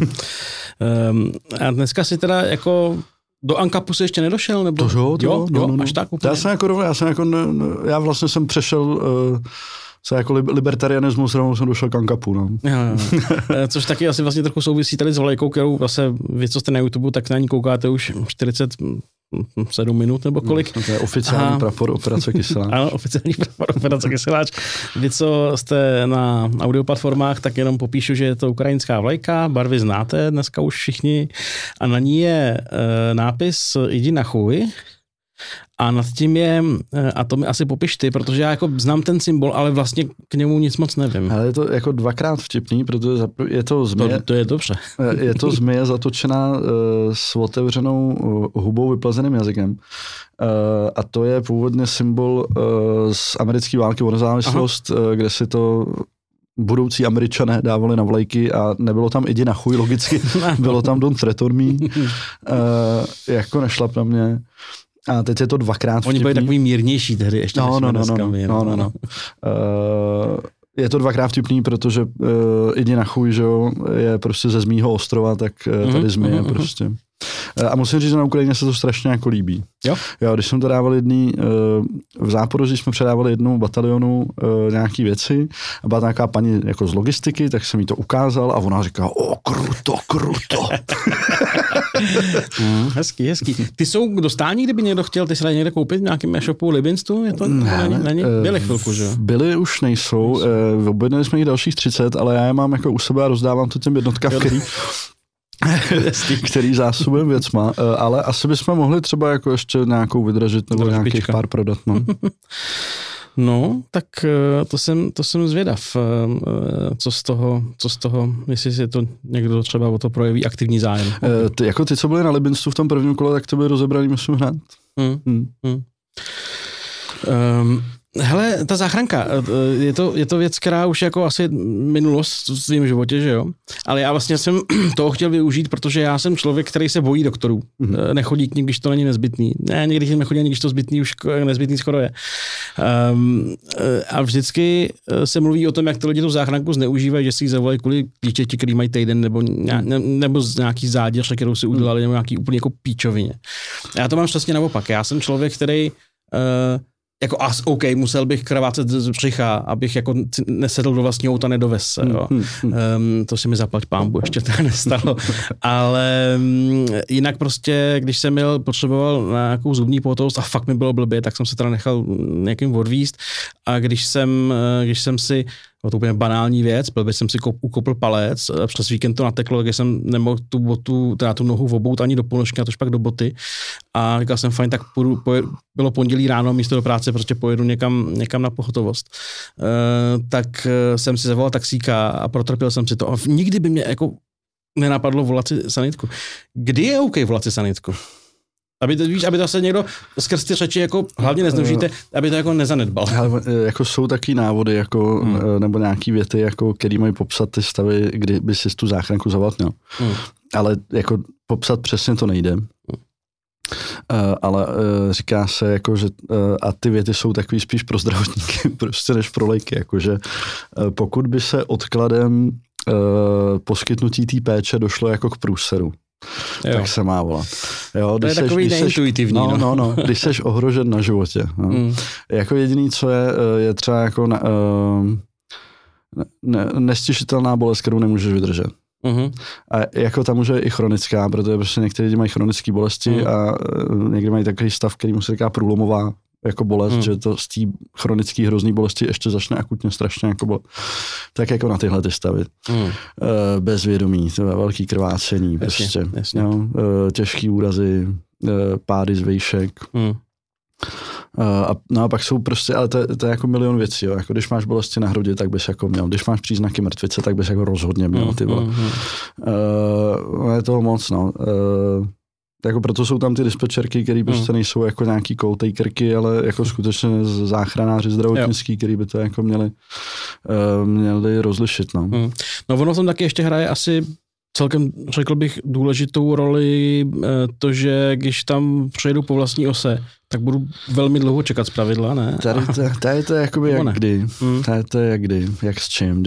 A dneska si teda jako do ANCAPu jsi ještě nedošel? Nebo? Jo, až tak úplně? Já vlastně jsem přešel jako libertarianismus, rovnou jsem došel k ANCAPu. No. Jo. Což taky asi vlastně trochu souvisí tady s vlajkou, kterou vlastně vy, co jste na YouTube, tak na ní koukáte už 47 minut nebo kolik. To je oficiální prapor Operace Kyseláč. Ano, oficiální prapor Operace Kyseláč. Vy, co jste na audioplatformách, tak jenom popíšu, že je to ukrajinská vlajka, barvy znáte dneska už všichni a na ní je nápis Jdi na chuj. A nad tím je, a to mi asi popiš ty, protože já jako znám ten symbol, ale vlastně k němu nic moc nevím. Ale je to jako dvakrát vtipný, protože je to zmije. To je dobře. Je to zmije zatočená s otevřenou hubou vyplazeným jazykem. A to je původně symbol z americké války o nezávislost, kde si to budoucí Američané dávali na vlajky a nebylo tam jdi na chuj, logicky. Bylo tam don't threaten me. Jako nešlap na mě. A teď je to dvakrát vtipný. Oni byli takový mírnější tehdy ještě. No. Je to dvakrát vtipný, protože jdi na chuj, že jo, je prostě ze Zmýho ostrova, tak tady zmije prostě. A musím říct, že na Ukrajině se to strašně jako líbí. Jo, když jsem to dával v Záporoží jsme předávali jednomu batalionu nějaký věci a byla nějaká paní jako z logistiky, tak jsem jí to ukázal a ona říká, kruto. Hezký. Ty jsou dostání, kdyby někdo chtěl, ty se dají někde koupit v nějakém e-shopu Libinstu? Je to není? Byli chvilku, že jo? Byli už nejsou, objednali jsme jich dalších 30, ale já je mám jako u sebe a rozdávám to těm jednotkám, který zásobujeme věcma, ale asi bychom mohli třeba jako ještě nějakou vydražit nebo nějakých pár prodat. No, tak to jsem zvědav, co z toho, jestli si to někdo třeba o to projeví aktivní zájem. Ty, co byli na Libinstu v tom prvním kole, tak to byly rozebraný, musím hned. Hele, ta záchranka, je to věc, která už jako asi minulost v svém životě, že jo? Ale já vlastně jsem toho chtěl využít, protože já jsem člověk, který se bojí doktorů. Nechodí k nim, když to není nezbytný. Ne, někdy tím nechodí, když to zbytný už nezbytný skoro je. A vždycky se mluví o tom, jak ty lidi tu záchranku zneužívají, že si ji zavolají kvůli dítěti, který mají týden, nebo z nějaký záděř, kterou si udělali, nebo nějaký úplně jako píčovině. Já to mám přesně naopak. Já jsem člověk, který jako OK, musel bych krvácet z břicha, abych jako nesedl do vlastního auta, nedovez se, jo. To si mi zaplať pánbu, ještě to nestalo. Ale jinak prostě, když jsem potřeboval nějakou zubní pohotovost a fakt mi bylo blbě, tak jsem se teda nechal někým odvízt a když jsem si to úplně banální věc, blbě jsem si ukopl palec, přes víkend to nateklo, takže jsem nemohl tu botu, teda tu nohu obout ani do ponožky, a tož pak do boty. A říkal jsem, fajn, tak bylo pondělí ráno, místo do práce, prostě pojedu někam na pohotovost. Tak jsem si zavolal taxíka a protrpěl jsem si to. A nikdy by mě jako nenapadlo volat si sanitku. Kdy je OK volat si sanitku? Aby to se někdo skrz ty řeči jako hlavně nezneužijte, aby to jako nezanedbal. Ale jako jsou taky návody, jako, nebo nějaký věty, jako, který mají popsat ty stavy, kdy by si tu záchranku zavolat měl. Ale jako popsat přesně to nejde. Ale říká se, jako, že a ty věty jsou takový spíš pro zdravotníky prostě než pro léky, jakože pokud by se odkladem poskytnutí té péče došlo jako k průseru, tak se má volat. Jo, to je takový neintuitivní. No, když seš ohrožen na životě. No. Jako jediný, co je třeba jako nestěšitelná bolest, kterou nemůžeš vydržet. A jako tam může i chronická, protože prostě někteří lidi mají chronické bolesti a někdy mají takový stav, který mu se říká průlomová jako bolest, že to z té chronické hrozný bolesti ještě začne akutně strašně jako bolet. Tak jako na tyhle ty stavy. Bezvědomí, velký krvácení, prostě. Jasně. Jo, těžký úrazy, pády z vejšek. A pak jsou prostě, ale to je jako milion věcí, jo. Jako když máš bolesti na hrudi, tak bys jako měl. Když máš příznaky mrtvice, tak bys jako rozhodně měl, ty vole. Je toho moc, no. Jako proto jsou tam ty dispečerky, které prostě nejsou jako nějaký koutejkrky, ale jako skutečně záchranáři zdravotnický, který by to jako měli rozlišit, no. No ono v tom taky ještě hraje asi celkem, řekl bych, důležitou roli to, že když tam přejdu po vlastní ose, tak budu velmi dlouho čekat zpravidla, ne? Tady to je jakoby jak kdy. Tady to je jak kdy, jak s čím.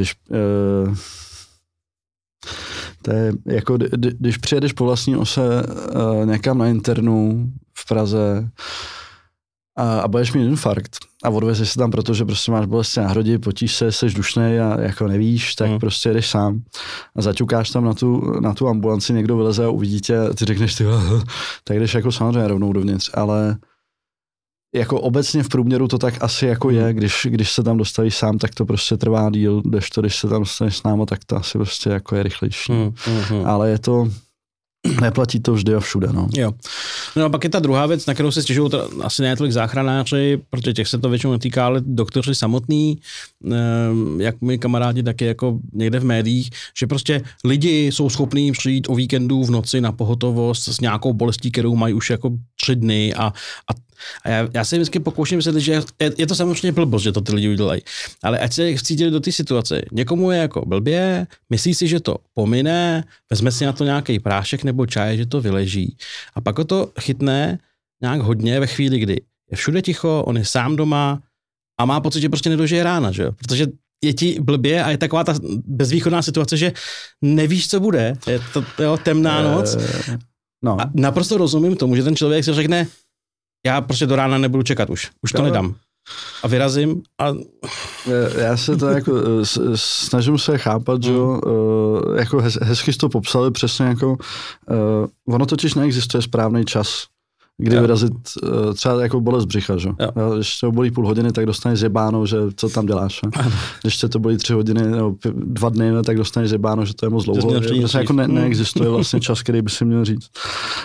To je jako, když přijedeš po vlastní ose někam na internu v Praze a budeš mít infarkt a odvezeš se tam, protože prostě máš bolesti na hrudi, potíš se, seš dušnej a jako nevíš, tak prostě jdeš sám a zaťukáš tam na tu ambulanci, někdo vyleze a uvidí tě a ty řekneš tak jdeš jako samozřejmě rovnou dovnitř, ale jako obecně v průměru to tak asi jako je, když se tam dostavíš sám, tak to prostě trvá díl, když se tam dostaneš s náma, tak to asi prostě jako je rychlejší. Ale je to Neplatí to vždy a všude, no. Jo. No a pak je ta druhá věc, na kterou se stěžují asi ne tolik záchranáři, protože těch se to většinou netýká, ale doktoři samotný, jak moji kamarádi, taky jako někde v médiích, že prostě lidi jsou schopní přijít o víkendu v noci na pohotovost s nějakou bolestí, kterou mají už jako 3 dny a já si vždycky pokouším myslet, že je to samozřejmě blbost, že to ty lidi udělají, ale ať se vcítili do té situace. Někomu je jako blbě, myslí si, že to pomine, vezme si na to nějaký prášek nebo čaj, že to vyleží a pak ho to chytne nějak hodně ve chvíli, kdy je všude ticho, on je sám doma a má pocit, že prostě nedožije rána, že jo? Protože je ti blbě a je taková ta bezvýchodná situace, že nevíš, co bude. Je to temná noc. No. A naprosto rozumím tomu, že ten člověk si řekne, já prostě do rána nebudu čekat už to nedám. A vyrazím a... Já se to jako snažím se chápat, že jako hezky jsi to popsali přesně jako ono totiž neexistuje správný čas, kdy vyrazit třeba jako bolest břicha, že? Když to bolí půl hodiny, tak dostaneš zjebáno, že co tam děláš. Když to bolí 3 hodiny nebo 2 dny, tak dostaneš zjebáno, že to je moc dlouho. Prostě jako neexistuje vlastně čas, který by si měl říct.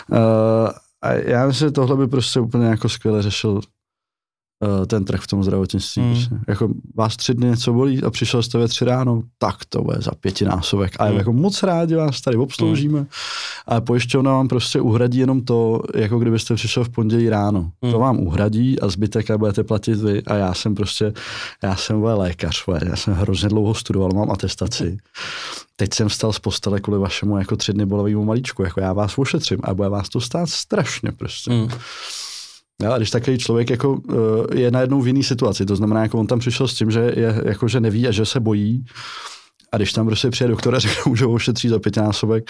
A já myslím, že tohle by prostě úplně jako skvěle řešil ten trh v tom zdravotnictví. Prostě. Jako vás 3 dny něco bolí a přišel jste ve 3 ráno, tak to bude za 5násobek. A jako moc rádi vás tady obsloužíme. A pojišťovna vám prostě uhradí jenom to, jako kdybyste přišel v pondělí ráno. To vám uhradí a zbytek budete platit vy. A já jsem lékař, já jsem hrozně dlouho studoval, mám atestaci. Teď jsem vstal z postele kvůli vašemu jako 3 dny bolavému malíčku. Jako já vás ošetřím a bude vás to stát strašně prostě. A když takový člověk jako je najednou v jiný situaci, to znamená, jako on tam přišel s tím, že je, jako, že neví a že se bojí. A když tam prostě přijde doktor a řekne, že ho ošetří za 5násobek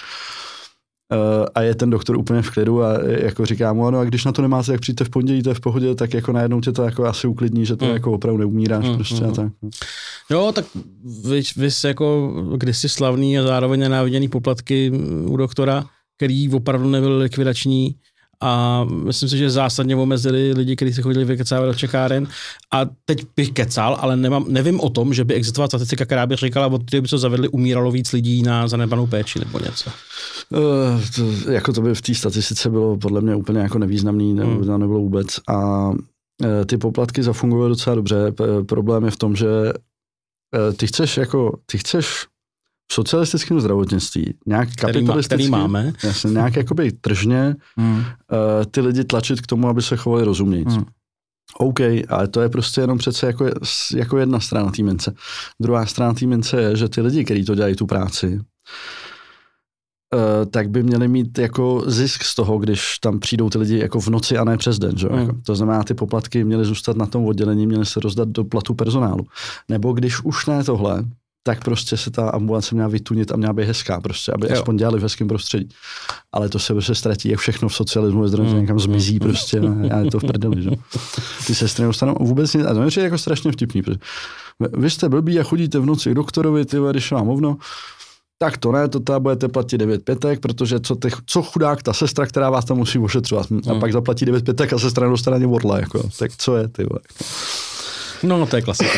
a je ten doktor úplně v klidu a jako říká mu, no a když na to nemáte, jak přijďte v pondělí, to je v pohodě, tak jako najednou tě to jako asi uklidní, že to jako opravdu neumíráš prostě a tak. Jo, tak vy jsi jako kdysi slavný a zároveň nenáviděný poplatky u doktora, který opravdu nebyl likvidační. A myslím si, že zásadně omezili lidi, kteří se chodili vykecávat do čekáren. A teď bych kecal, ale nevím o tom, že by existovala statistika, která by říkala, od té by se zavedli, umíralo víc lidí na zanedbanou péči nebo něco. To by v té statistice bylo podle mě úplně jako nevýznamný, nebylo vůbec. A ty poplatky zafungovaly docela dobře. Problém je v tom, že ty chceš v socialistickém zdravotnictví, nějak kapitalistický, jasně, nějak jakoby tržně ty lidi tlačit k tomu, aby se chovali rozumnějc. OK, ale to je prostě jenom přece jako jedna strana té mince. Druhá strana té mince je, že ty lidi, kteří to dělají tu práci, tak by měli mít jako zisk z toho, když tam přijdou ty lidi jako v noci a ne přes den. Že? Jako, to znamená, ty poplatky měly zůstat na tom oddělení, měly se rozdat do platu personálu. Nebo když už ne tohle, tak prostě se ta ambulance měla vytunit a měla být hezká prostě, aby aspoň dělali v hezkém prostředí. Ale to se prostě ztratí, jak všechno v socialismu ve zdravotnictví někam zmizí prostě a je to v prdeli, že? Ty sestry nedostanou vůbec nic, a to je jako strašně vtipný. Vy jste blbí a chodíte v noci k doktorovi, když vám hovno, tak to ne, to budete platit 9 pětek, protože co chudák ta sestra, která vás tam musí ošetřovat. A pak zaplatí 9 pětek a sestra nedostane ani orla, jako. Tak co je, ty vole? No, to je klasika.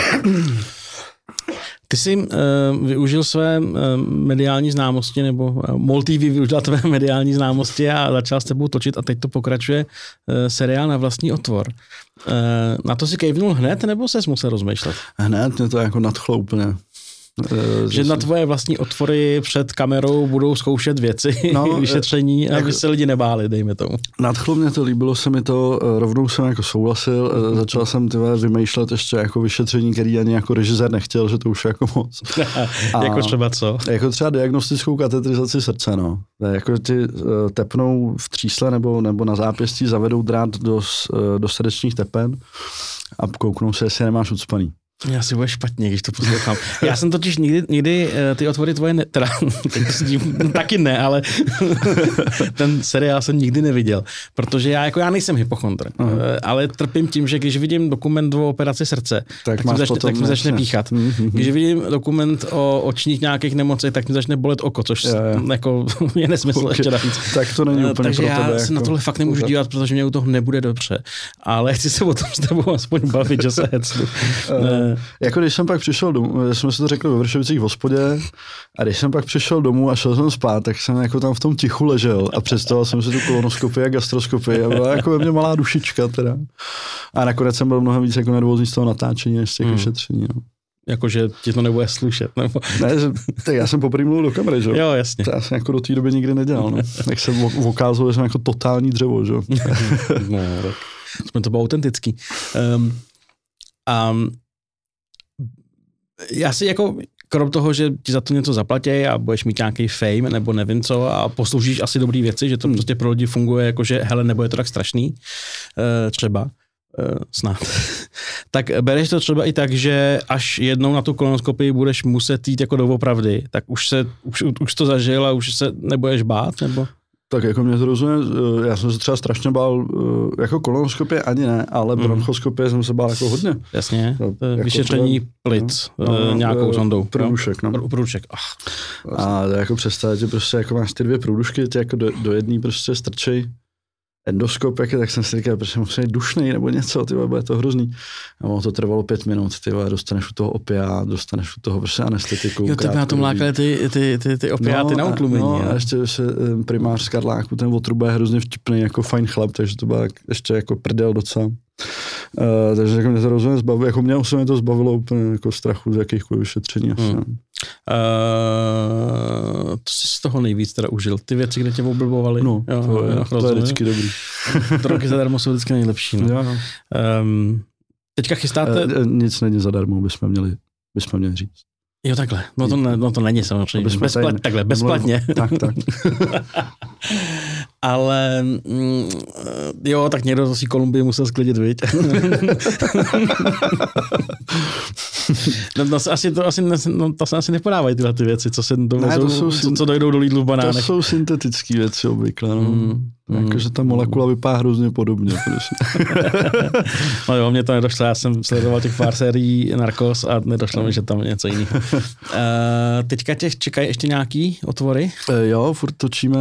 Ty jsi využil své mediální známosti, nebo MOL TV využila tvé mediální známosti a začal s tebou točit a teď to pokračuje seriál Na vlastní otvor. Na to si kejvnul hned, nebo ses musel rozmýšlet? Hned, mě to jako nadchlo úplně. Že na tvoje vlastní otvory před kamerou budou zkoušet věci, vyšetření, aby se lidi nebáli, dejme tomu. Nadchlo mě to, líbilo se mi to, rovnou jsem jako souhlasil, začal jsem vymýšlet ještě jako vyšetření, který ani jako režisér nechtěl, že to už je jako moc. Jako třeba co? Jako třeba diagnostickou katetrizaci srdce, no. Jako ti tepnou v třísle nebo na zápěstí, zavedou drát do srdečních tepen a kouknou se, jestli nemáš ucpaný. Já si bude špatně, když to poslouchám. Já jsem totiž nikdy ty otvory tvoje, taky ne, ale ten seriál jsem nikdy neviděl, protože já nejsem hypochondr, ale trpím tím, že když vidím dokument o operaci srdce, tak mi začne píchat. Když vidím dokument o očních nějakých nemocech, tak mi začne bolet oko, což jako je nesmysl ještě navíc. Tak to není úplně takže pro tebe. Já se na tohle fakt nemůžu dívat, protože mě u toho nebude dobře, ale chci se o tom s tebou aspoň bavit, že se hecnu. Jako když jsem pak přišel domů, jsme si to řekli ve Vršovicích v hospodě, a když jsem pak přišel domů a šel jsem spát, tak jsem jako tam v tom tichu ležel a představoval jsem si tu kolonoskopii a gastroskopii a byla jako ve mně malá dušička teda. A nakonec jsem byl mnohem víc jako nervózní z toho natáčení než z těch vyšetření. No. Jakože ti to nebude slušet, nebo? Ne, tak já jsem poprvé mluvil do kamery, že jo? Jo, jasně. To já jsem jako do té doby nikdy nedělal, no. Tak jsem ukázal, že jsem jako totální dřevo, že jo? No, tak jsme to bylo autentický. Já si jako, krom toho, že ti za to něco zaplatí a budeš mít nějaký fame, nebo nevím co, a posloužíš asi dobrý věci, že to prostě pro lidi funguje, jakože hele, nebude to tak strašný, třeba. Snad. Tak bereš to třeba i tak, že až jednou na tu kolonoskopii budeš muset jít jako doopravdy, tak už to zažil a už se nebudeš bát, nebo? Tak jako mě to rozumím, já jsem se třeba strašně bál, jako kolonoskopie ani ne, ale bronchoskopie jsem se bál jako hodně. Jasně, jako vyšetření plic nějakou sondou. Průdušek, no. Průdušek, A jako představit, že prostě jako máš ty 2 průdušky, ty jako do jedné prostě strčej endoskop, tak jsem si říkal, protože musím být dušnej nebo něco, tyhle, bude to hrozný. A ono to trvalo 5 minut, tyhle, dostaneš u toho opiát, dostaneš u toho prostě anestetiku. Jo, tak na tom lákali ty opiáty na utlumení. No, a ještě se primář z Karláku, ten Votruba je hrozně vtipný, jako fajn chlap, takže to byla ještě jako prdel docela. Takže jako mě to rozhodně zbavilo, jako mě osobně to zbavilo úplně jako strachu z jakýchkoliv vyšetření. To jsi z toho nejvíc teda užil. Ty věci, kde tě oblbovali. No, to je vždycky dobrý. Drogy zadarmo jsou vždycky nejlepší. No. Jo. Teďka chystáte... Nic není zadarmo, bychom měli říct. Jo, takhle. No to není samozřejmě. Bezplatně. Tak. Ale jo, tak někdo to si Kolumbii musel sklidit, viď? To se asi nepodávají tyhle ty věci, co se dovezou, co dojdou do Lidlu v banánech. To jsou syntetické věci obvykle, no. Jakože ta molekula vypadá hrozně podobně. No jo, mně to nedošlo, já jsem sledoval těch pár sérií Narcos a nedošlo mi, že tam je něco jiného. Teďka tě čekají ještě nějaký otvory? Jo, furt točíme...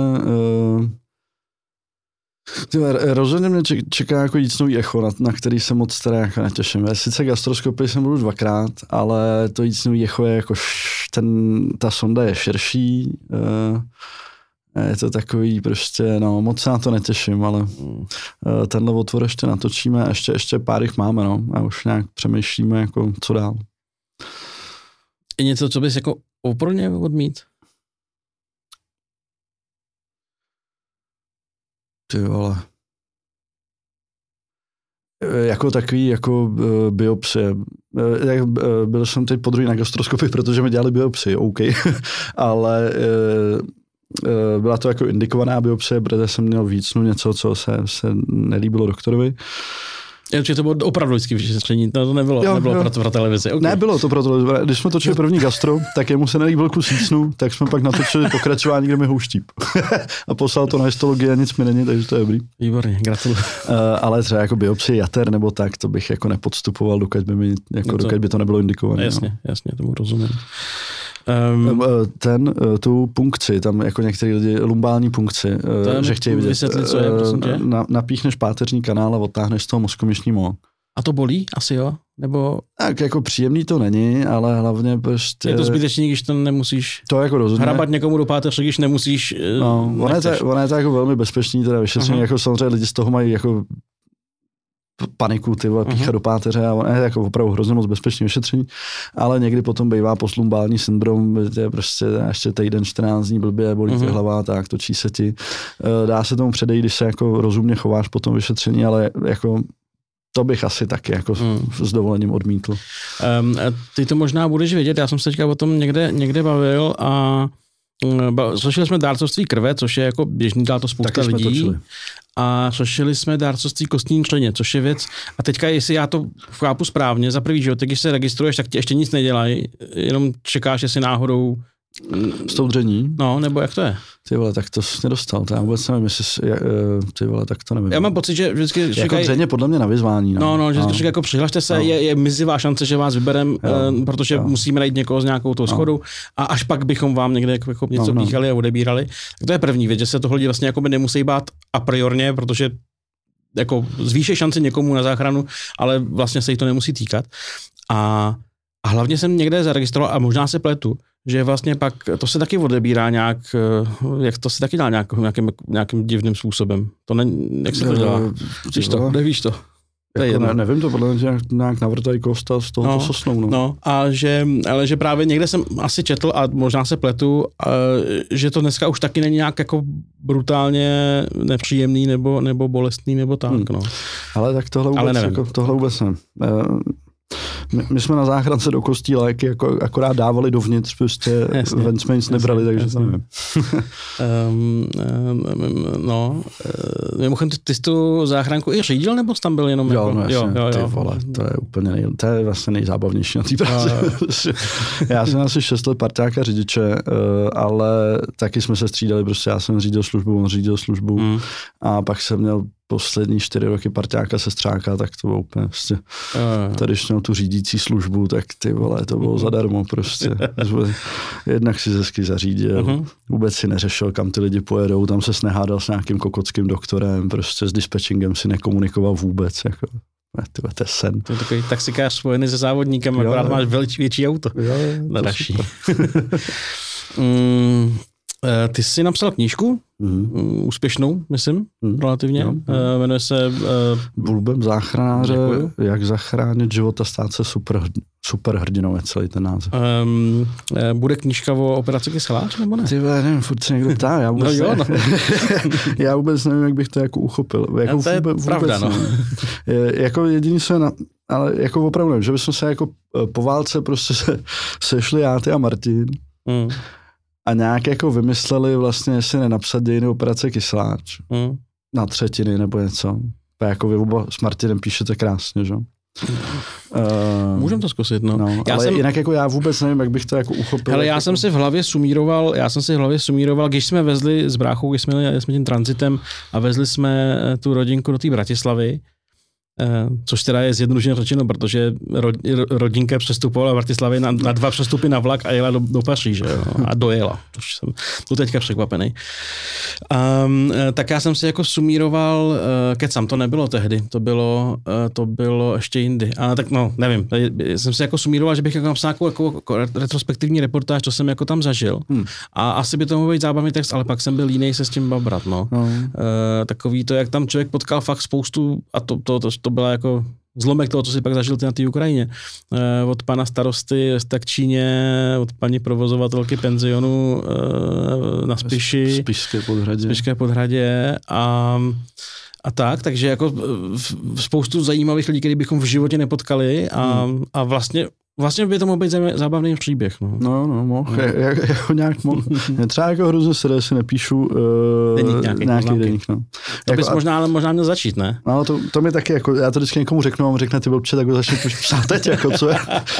Rozhodně mě čeká jako jícnový echo, na který se moc teda jako netěším. Sice gastroskopii jsem byl 2krát, ale to jícnový echo je jako ta sonda je širší, je to takový prostě, no moc se na to netěším, ale tenhle otvor ještě natočíme, ještě pár jich máme, no, a už nějak přemýšlíme, jako co dál. Je něco, co bys jako opravdu odmít? Ty vole. Jako takový, jako biopsie. Byl jsem teď podruhý na gastroskopii, protože mi dělali biopsie, OK. Ale byla to jako indikovaná biopsie, protože jsem měl vícnu něco, co se nelíbilo doktorovi. Že to bylo opravdu vždycky vyšetření, to nebylo pro televizi. Okay. Nebylo to pro televizi. Když jsme točili první gastro, tak jemu se nelíbil kus jícnu, tak jsme pak natočili pokračování, kde mi houštíp. A poslal to na histologii a nic mi není, takže to je dobrý. Výborně, gratuluju. Ale třeba jako biopsie jater nebo tak, to bych jako nepodstupoval, dokud by to nebylo indikované. Jasně, tomu rozumím. Tu punkci, tam jako některý lidi, lumbální punkci, že chtějí vidět. Vysvětlit, co je, prosím tě? Napíchneš páteřní kanál a odtáhneš z toho mozkoměšní mozek. A to bolí? Asi jo? Nebo... Tak jako příjemný to není, ale hlavně prostě... Je to zbytečný, když to nemusíš to jako rozhodně hrabat někomu do páteře, když nemusíš... No, ono je to jako velmi bezpečný, teda vyšetření, jako samozřejmě lidi z toho mají jako paniku, ty vole, pícha do páteře a on je jako opravdu hrozně moc bezpečný vyšetření, ale někdy potom bývá postlumbální syndrom, je prostě ještě týden, 14 dní blbě, bolí tě hlava, tak točí se ti. Dá se tomu předejít, když se jako rozumně chováš po tom vyšetření, ale jako to bych asi taky jako s dovolením odmítl. Ty to možná budeš vědět, já jsem se teďka o tom někde bavil a řešili jsme dárcovství krve, což je jako běžný, dá to spousta lidí. A řešili jsme dárcovství kostní členě, což je věc. A teďka, jestli já to chápu správně, za prvý, že ty, když se registruješ, tak ti ještě nic nedělají, jenom čekáš, jestli náhodou... S tou dření? No, nebo jak to je? Ty vole, tak to jsi nedostal, to já vůbec nevím, jestli ty vole, tak to nevím. Já mám pocit, že vždycky jako čekají... dřeně podle mě na vyzvání. No, že vždycky jako přihlašte se, je mizivá šance, že vás vyberem, protože musíme najít někoho s nějakou tou schodou a až pak bychom vám někde jako něco píchali a odebírali. Tak to je první věc, že se toho lidi vlastně jako by nemusí bát a priorně, protože jako zvýší šanci někomu na záchranu, ale vlastně se jí to nemusí týkat. A hlavně jsem někde zaregistroval, a možná se pletu, že vlastně pak to se taky odebírá nějak, jak to se taky dá nějakým divným způsobem. To jak se to dělá? Nevíš to? Jako nevím to, podle mě nějak navrtají kosta z toho sosnou. No, ale že právě někde jsem asi četl, a možná se pletu, že to dneska už taky není nějak jako brutálně nepříjemný nebo bolestný nebo tak. No. Ale tak tohle vůbec ne. My jsme na záchrance do kostí léky akorát dávali dovnitř, prostě ven jsme nic nebrali, takže to nevím. Mimochodem, ty jsi tu záchranku i řídil, nebo jsi tam byl jenom ty vole, to je úplně to je vlastně nejzábavnější na té práci. Já jsem asi 6 let parťáka řidiče, ale taky jsme se střídali, prostě já jsem řídil službu, on řídil službu a pak jsem měl poslední 4 roky parťáka sestřáka, tak to bylo úplně prostě, tady když měl tu řídící službu, tak ty vole, to bylo zadarmo prostě. Jednak si hezky zařídil, vůbec si neřešil, kam ty lidi pojedou, tam se nehádal s nějakým kokockým doktorem, prostě s dispečingem si nekomunikoval vůbec, jako. To je sen. To je takový taxikář spojený se závodníkem, akorát máš větší auto. Dražší. Ty jsi napsal knížku, úspěšnou, myslím, relativně. Jmenuje se Bulbem záchranáře, jak zachránit život a stát se superhrdinou, je celý ten název. Bude knížka o operaci Kyseláč, nebo ne? Ty nevím, furt se někdo ptá, já vůbec nevím, jak bych to jako uchopil. Jako to je pravda, no. Jako jediný se ale jako opravdu nevím, že bychom se jako po válce prostě sešli já, ty a Martin, a nějak jako vymysleli vlastně, jestli nenapsat dějiny operace Kyseláč na 3 nebo něco. A jako vy oba s Martinem píšete krásně, že? Můžeme to zkusit, no. Ale jinak jako já vůbec nevím, jak bych to jako uchopil. Ale já jsem si v hlavě sumíroval, když jsme vezli s bráchou, když jsme tím transitem a vezli jsme tu rodinku do té Bratislavy, což teda je zjednodušeně řečeno, protože rodinka přestupovala v Bratislavě na 2 přestupy na vlak a jela do Paříže a dojela. Což jsem tu teďka překvapený. Tak já jsem si jako sumíroval, kecam, to nebylo tehdy, to bylo ještě jindy. Ale tak no, nevím, jsem si jako sumíroval, že bych jako napsal jako retrospektivní reportáž, co jsem jako tam zažil. A asi by to mohl být zábavný text, ale pak jsem byl línej se s tím babrat, no. Takový to, jak tam člověk potkal fakt spoustu, a to byla jako zlomek toho, co si pak zažil ty na té Ukrajině. Od pana starosty v Takčíně, od paní provozovatelky penzionu na Spiši. Spišské Podhradě a tak, takže jako spoustu zajímavých lidí, který bychom v životě nepotkali a vlastně by to mohl být zábavný příběh. No, mohl. Jako nějak mohl. Třeba jako hrozně se si nepíšu nějaký deník. No. To bys možná měl začít, ne? No, to mi taky, jako, já to vždycky někomu řeknu, a on řekne, ty blbče, tak ho začni psát teď, jako co je.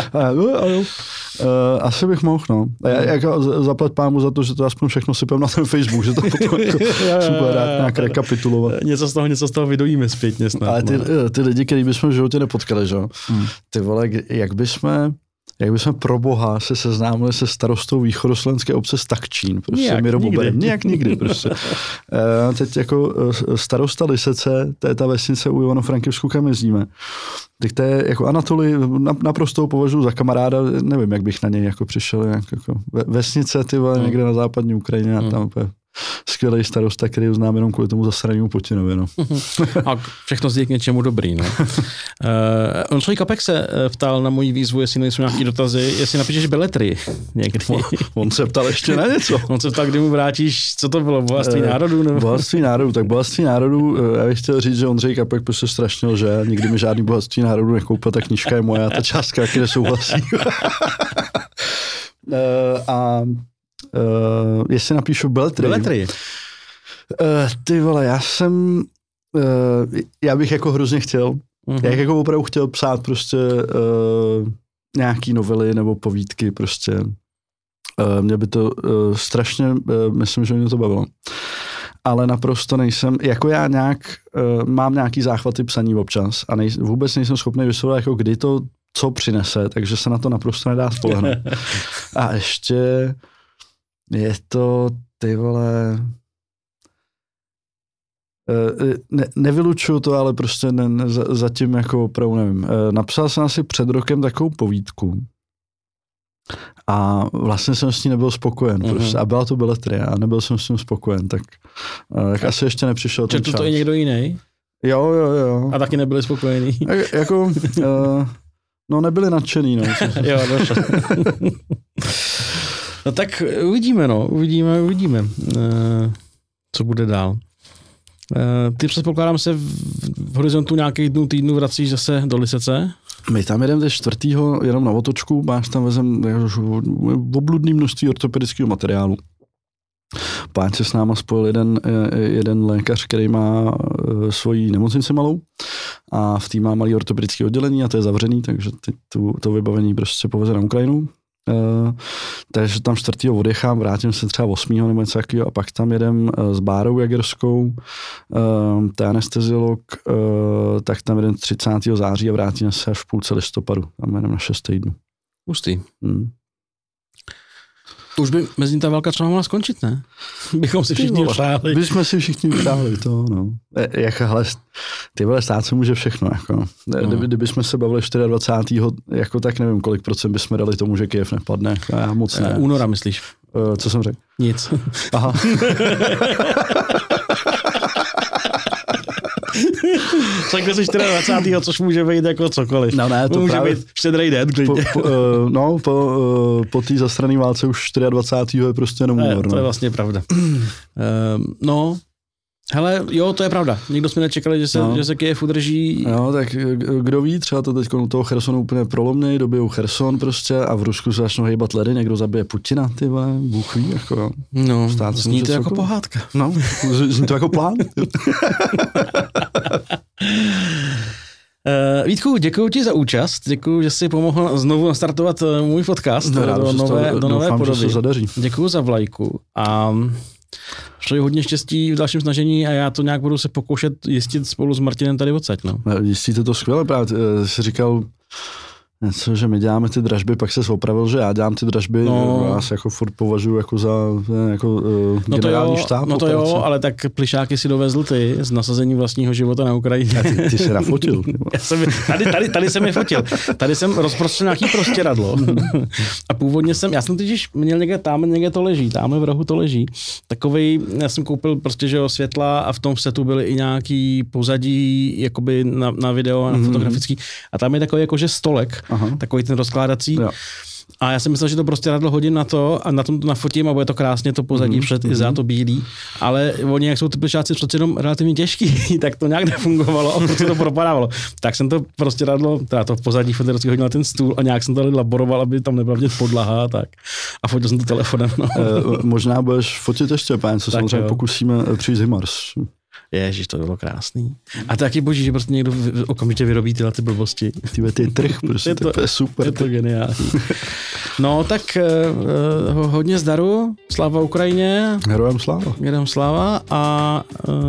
Asi bych mohl, no. A já jako zaplat pámu za to, že to aspoň všechno sypem na ten Facebook, že to potom jako super rád nějak rekapitulovat. Něco z toho vydojíme zpětně snad. Ale ty lidi, který bychom v životě nepotkali, že? Ty vole, jak bychom pro boha se seznámili se starostou východoslovenské obce Takčín, prostě Miroboberem. Nijak nikdy, prostě. Teď jako starosta Lisece, to je ta vesnice u Ivano-Frankivsku, kam jezdíme. Tak to je jako Anatolij, naprosto považuji za kamaráda, nevím, jak bych na něj jako přišel, jako vesnice, ty vole, někde na západní Ukrajině a tam úplně skvělý starosta, který ho znám jenom kvůli tomu zasranému Putinovi, no. A všechno zde k něčemu dobrý, no. Ondřej Kapek se ptal na můj výzvu, jestli nejsou nějaký dotazy, jestli napíšeš beletry někdy. On se ptal ještě na něco. On se ptal, kdy mu vrátíš, co to bylo, Bohatství národů? Nebo? Bohatství národů, já bych chtěl říct, že Ondřej Kapek prostě strašně lže, nikdy mi žádný Bohatství národů nekoupil, ta knížka je moje a ta částka taky nesouhlasí. Jestli napíšu beletry. Ty vole, já bych jako hrozně chtěl. Já jako opravdu chtěl psát prostě nějaký novely nebo povídky prostě. Mě by to strašně, myslím, že mě to bavilo. Ale naprosto nejsem, jako já mám nějaký záchvaty psaní občas a vůbec nejsem schopný vysvětlit, jako kdy to co přinese, takže se na to naprosto nedá spolehnout. A ještě je to, ty vole, Nevylučuju to, ale prostě zatím jako opravdu nevím. Napsal jsem asi před rokem takovou povídku a vlastně jsem s ní nebyl spokojen. Prostě. A byla to beletrie a nebyl jsem s tím spokojen, tak asi ještě nepřišel ten čas. Četl to i někdo jiný? Jo. A taky nebyli spokojení? Jako, no nebyli nadšený, no. Jo, dobře. No tak uvidíme, co bude dál. Ty předpokládám se v horizontu nějakých dnů, týdnů vracíš zase do Lisece? My tam jedeme 4. jenom na otočku, máš tam vezem obludný množství ortopedického materiálu. Pán se s náma spojil jeden lékař, který má svoji nemocnici malou a v tým má malý ortopedický oddělení a to je zavřený, takže to vybavení prostě poveze na Ukrajinu. Takže tam 4. odjechám, vrátím se třeba 8. nebo něco takového a pak tam jedem s Bárou Jagerskou, to je anesteziolog, tak tam jedem 30. září a vrátím se až v půlce listopadu, tam jedem na 6 týdnů. Hustý. To už by mezi ta válka třeba mohla skončit, ne? Bychom si všichni přáli. Bychom si všichni přáli, to no. Hele, ty vole, stát se může všechno, jako. Kdybychom se bavili 24. jako tak nevím, kolik procent bychom dali tomu, že Kyjev nepadne. Já moc ne. Února, myslíš? Co jsem řekl? Nic. Aha. Řekl jsi 24. což může být jako cokoliv. No ne, to může právě být štědrý den. Po té zastrané válce už 24. je prostě jenom únor. To je vlastně pravda. No, hele, jo, to je pravda. Nikdo jsme nečekali, že se Kyjev udrží. No, tak kdo ví, třeba to teď u toho Chersonu úplně prolomnej, dobijou Cherson prostě a v Rusku se začnou hejbat ledy, někdo zabije Putina, ty vole, Bůh ví, jako. No, zní to jako pohádka. No, zní to jako plán. Vítku, děkuji ti za účast, děkuji, že jsi pomohl znovu nastartovat můj podcast do nové podoby. Děkuji za vlajku a přeji hodně štěstí v dalším snažení a já to nějak budu se pokoušet jistit spolu s Martinem tady odsaď. No. Jistíte to skvěle, právě jsi říkal něco, že my děláme ty dražby, pak se opravil, že já dělám ty dražby, já se jako furt považuji jako za generální štáb. No to operace. Jo, ale tak plišáky si dovezl ty z nasazení vlastního života na Ukrajině. Ty se nafotil. Tady jsem je fotil. Tady jsem rozprostřel nějaký prostěradlo. A původně já jsem totiž měl někde to leží, tamhle v rohu to leží. Takovej, já jsem koupil prostě, že jo, světla a v tom setu byly i nějaký pozadí, jakoby na video a na fotografický. A tam je takový jakože stolek, takový ten rozkládací. Jo. A já jsem myslel, že to prostě radlo hodin na to a na tom to nafotím a bude to krásně to pozadí před i za to bílý. Ale oni, jak jsou ty plišáci přece jenom relativně těžký, tak to nějak nefungovalo a prostě to propadávalo. Tak jsem to prostě radlo, teda to pozadí fotograficky hodil na ten stůl a nějak jsem to laboroval, aby tam nebyla vidět podlaha a tak. A fotil jsem to telefonem. No. Možná budeš fotit ještě, pán, co samozřejmě pokusíme přijít z Himars. Ježiš, to bylo krásný. A to taky boží, že prostě někdo okamžitě vyrobí tyhle ty blbosti. Ty trh, prostě, to je super. Je to geniální. No tak hodně zdaru, sláva Ukrajině. Herojem sláva a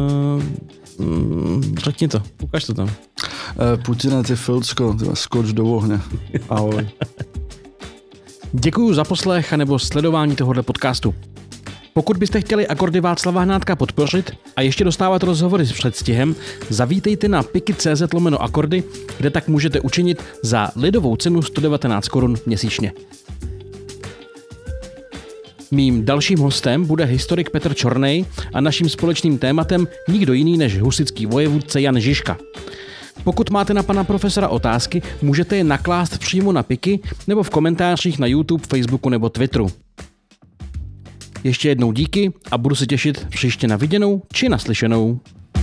řekni to, ukaž to tam. Putine, ty filcko, skoč do ohně. Ahoj. Děkuju za poslech nebo sledování tohoto podcastu. Pokud byste chtěli akordy Václava Hnátka podpořit a ještě dostávat rozhovory s předstihem, zavítejte na piky.cz/akordy, kde tak můžete učinit za lidovou cenu 119 Kč měsíčně. Mým dalším hostem bude historik Petr Čornej a naším společným tématem nikdo jiný než husitský vojevůdce Jan Žižka. Pokud máte na pana profesora otázky, můžete je naklást přímo na Piky nebo v komentářích na YouTube, Facebooku nebo Twitteru. Ještě jednou díky a budu se těšit příště na viděnou či naslyšenou.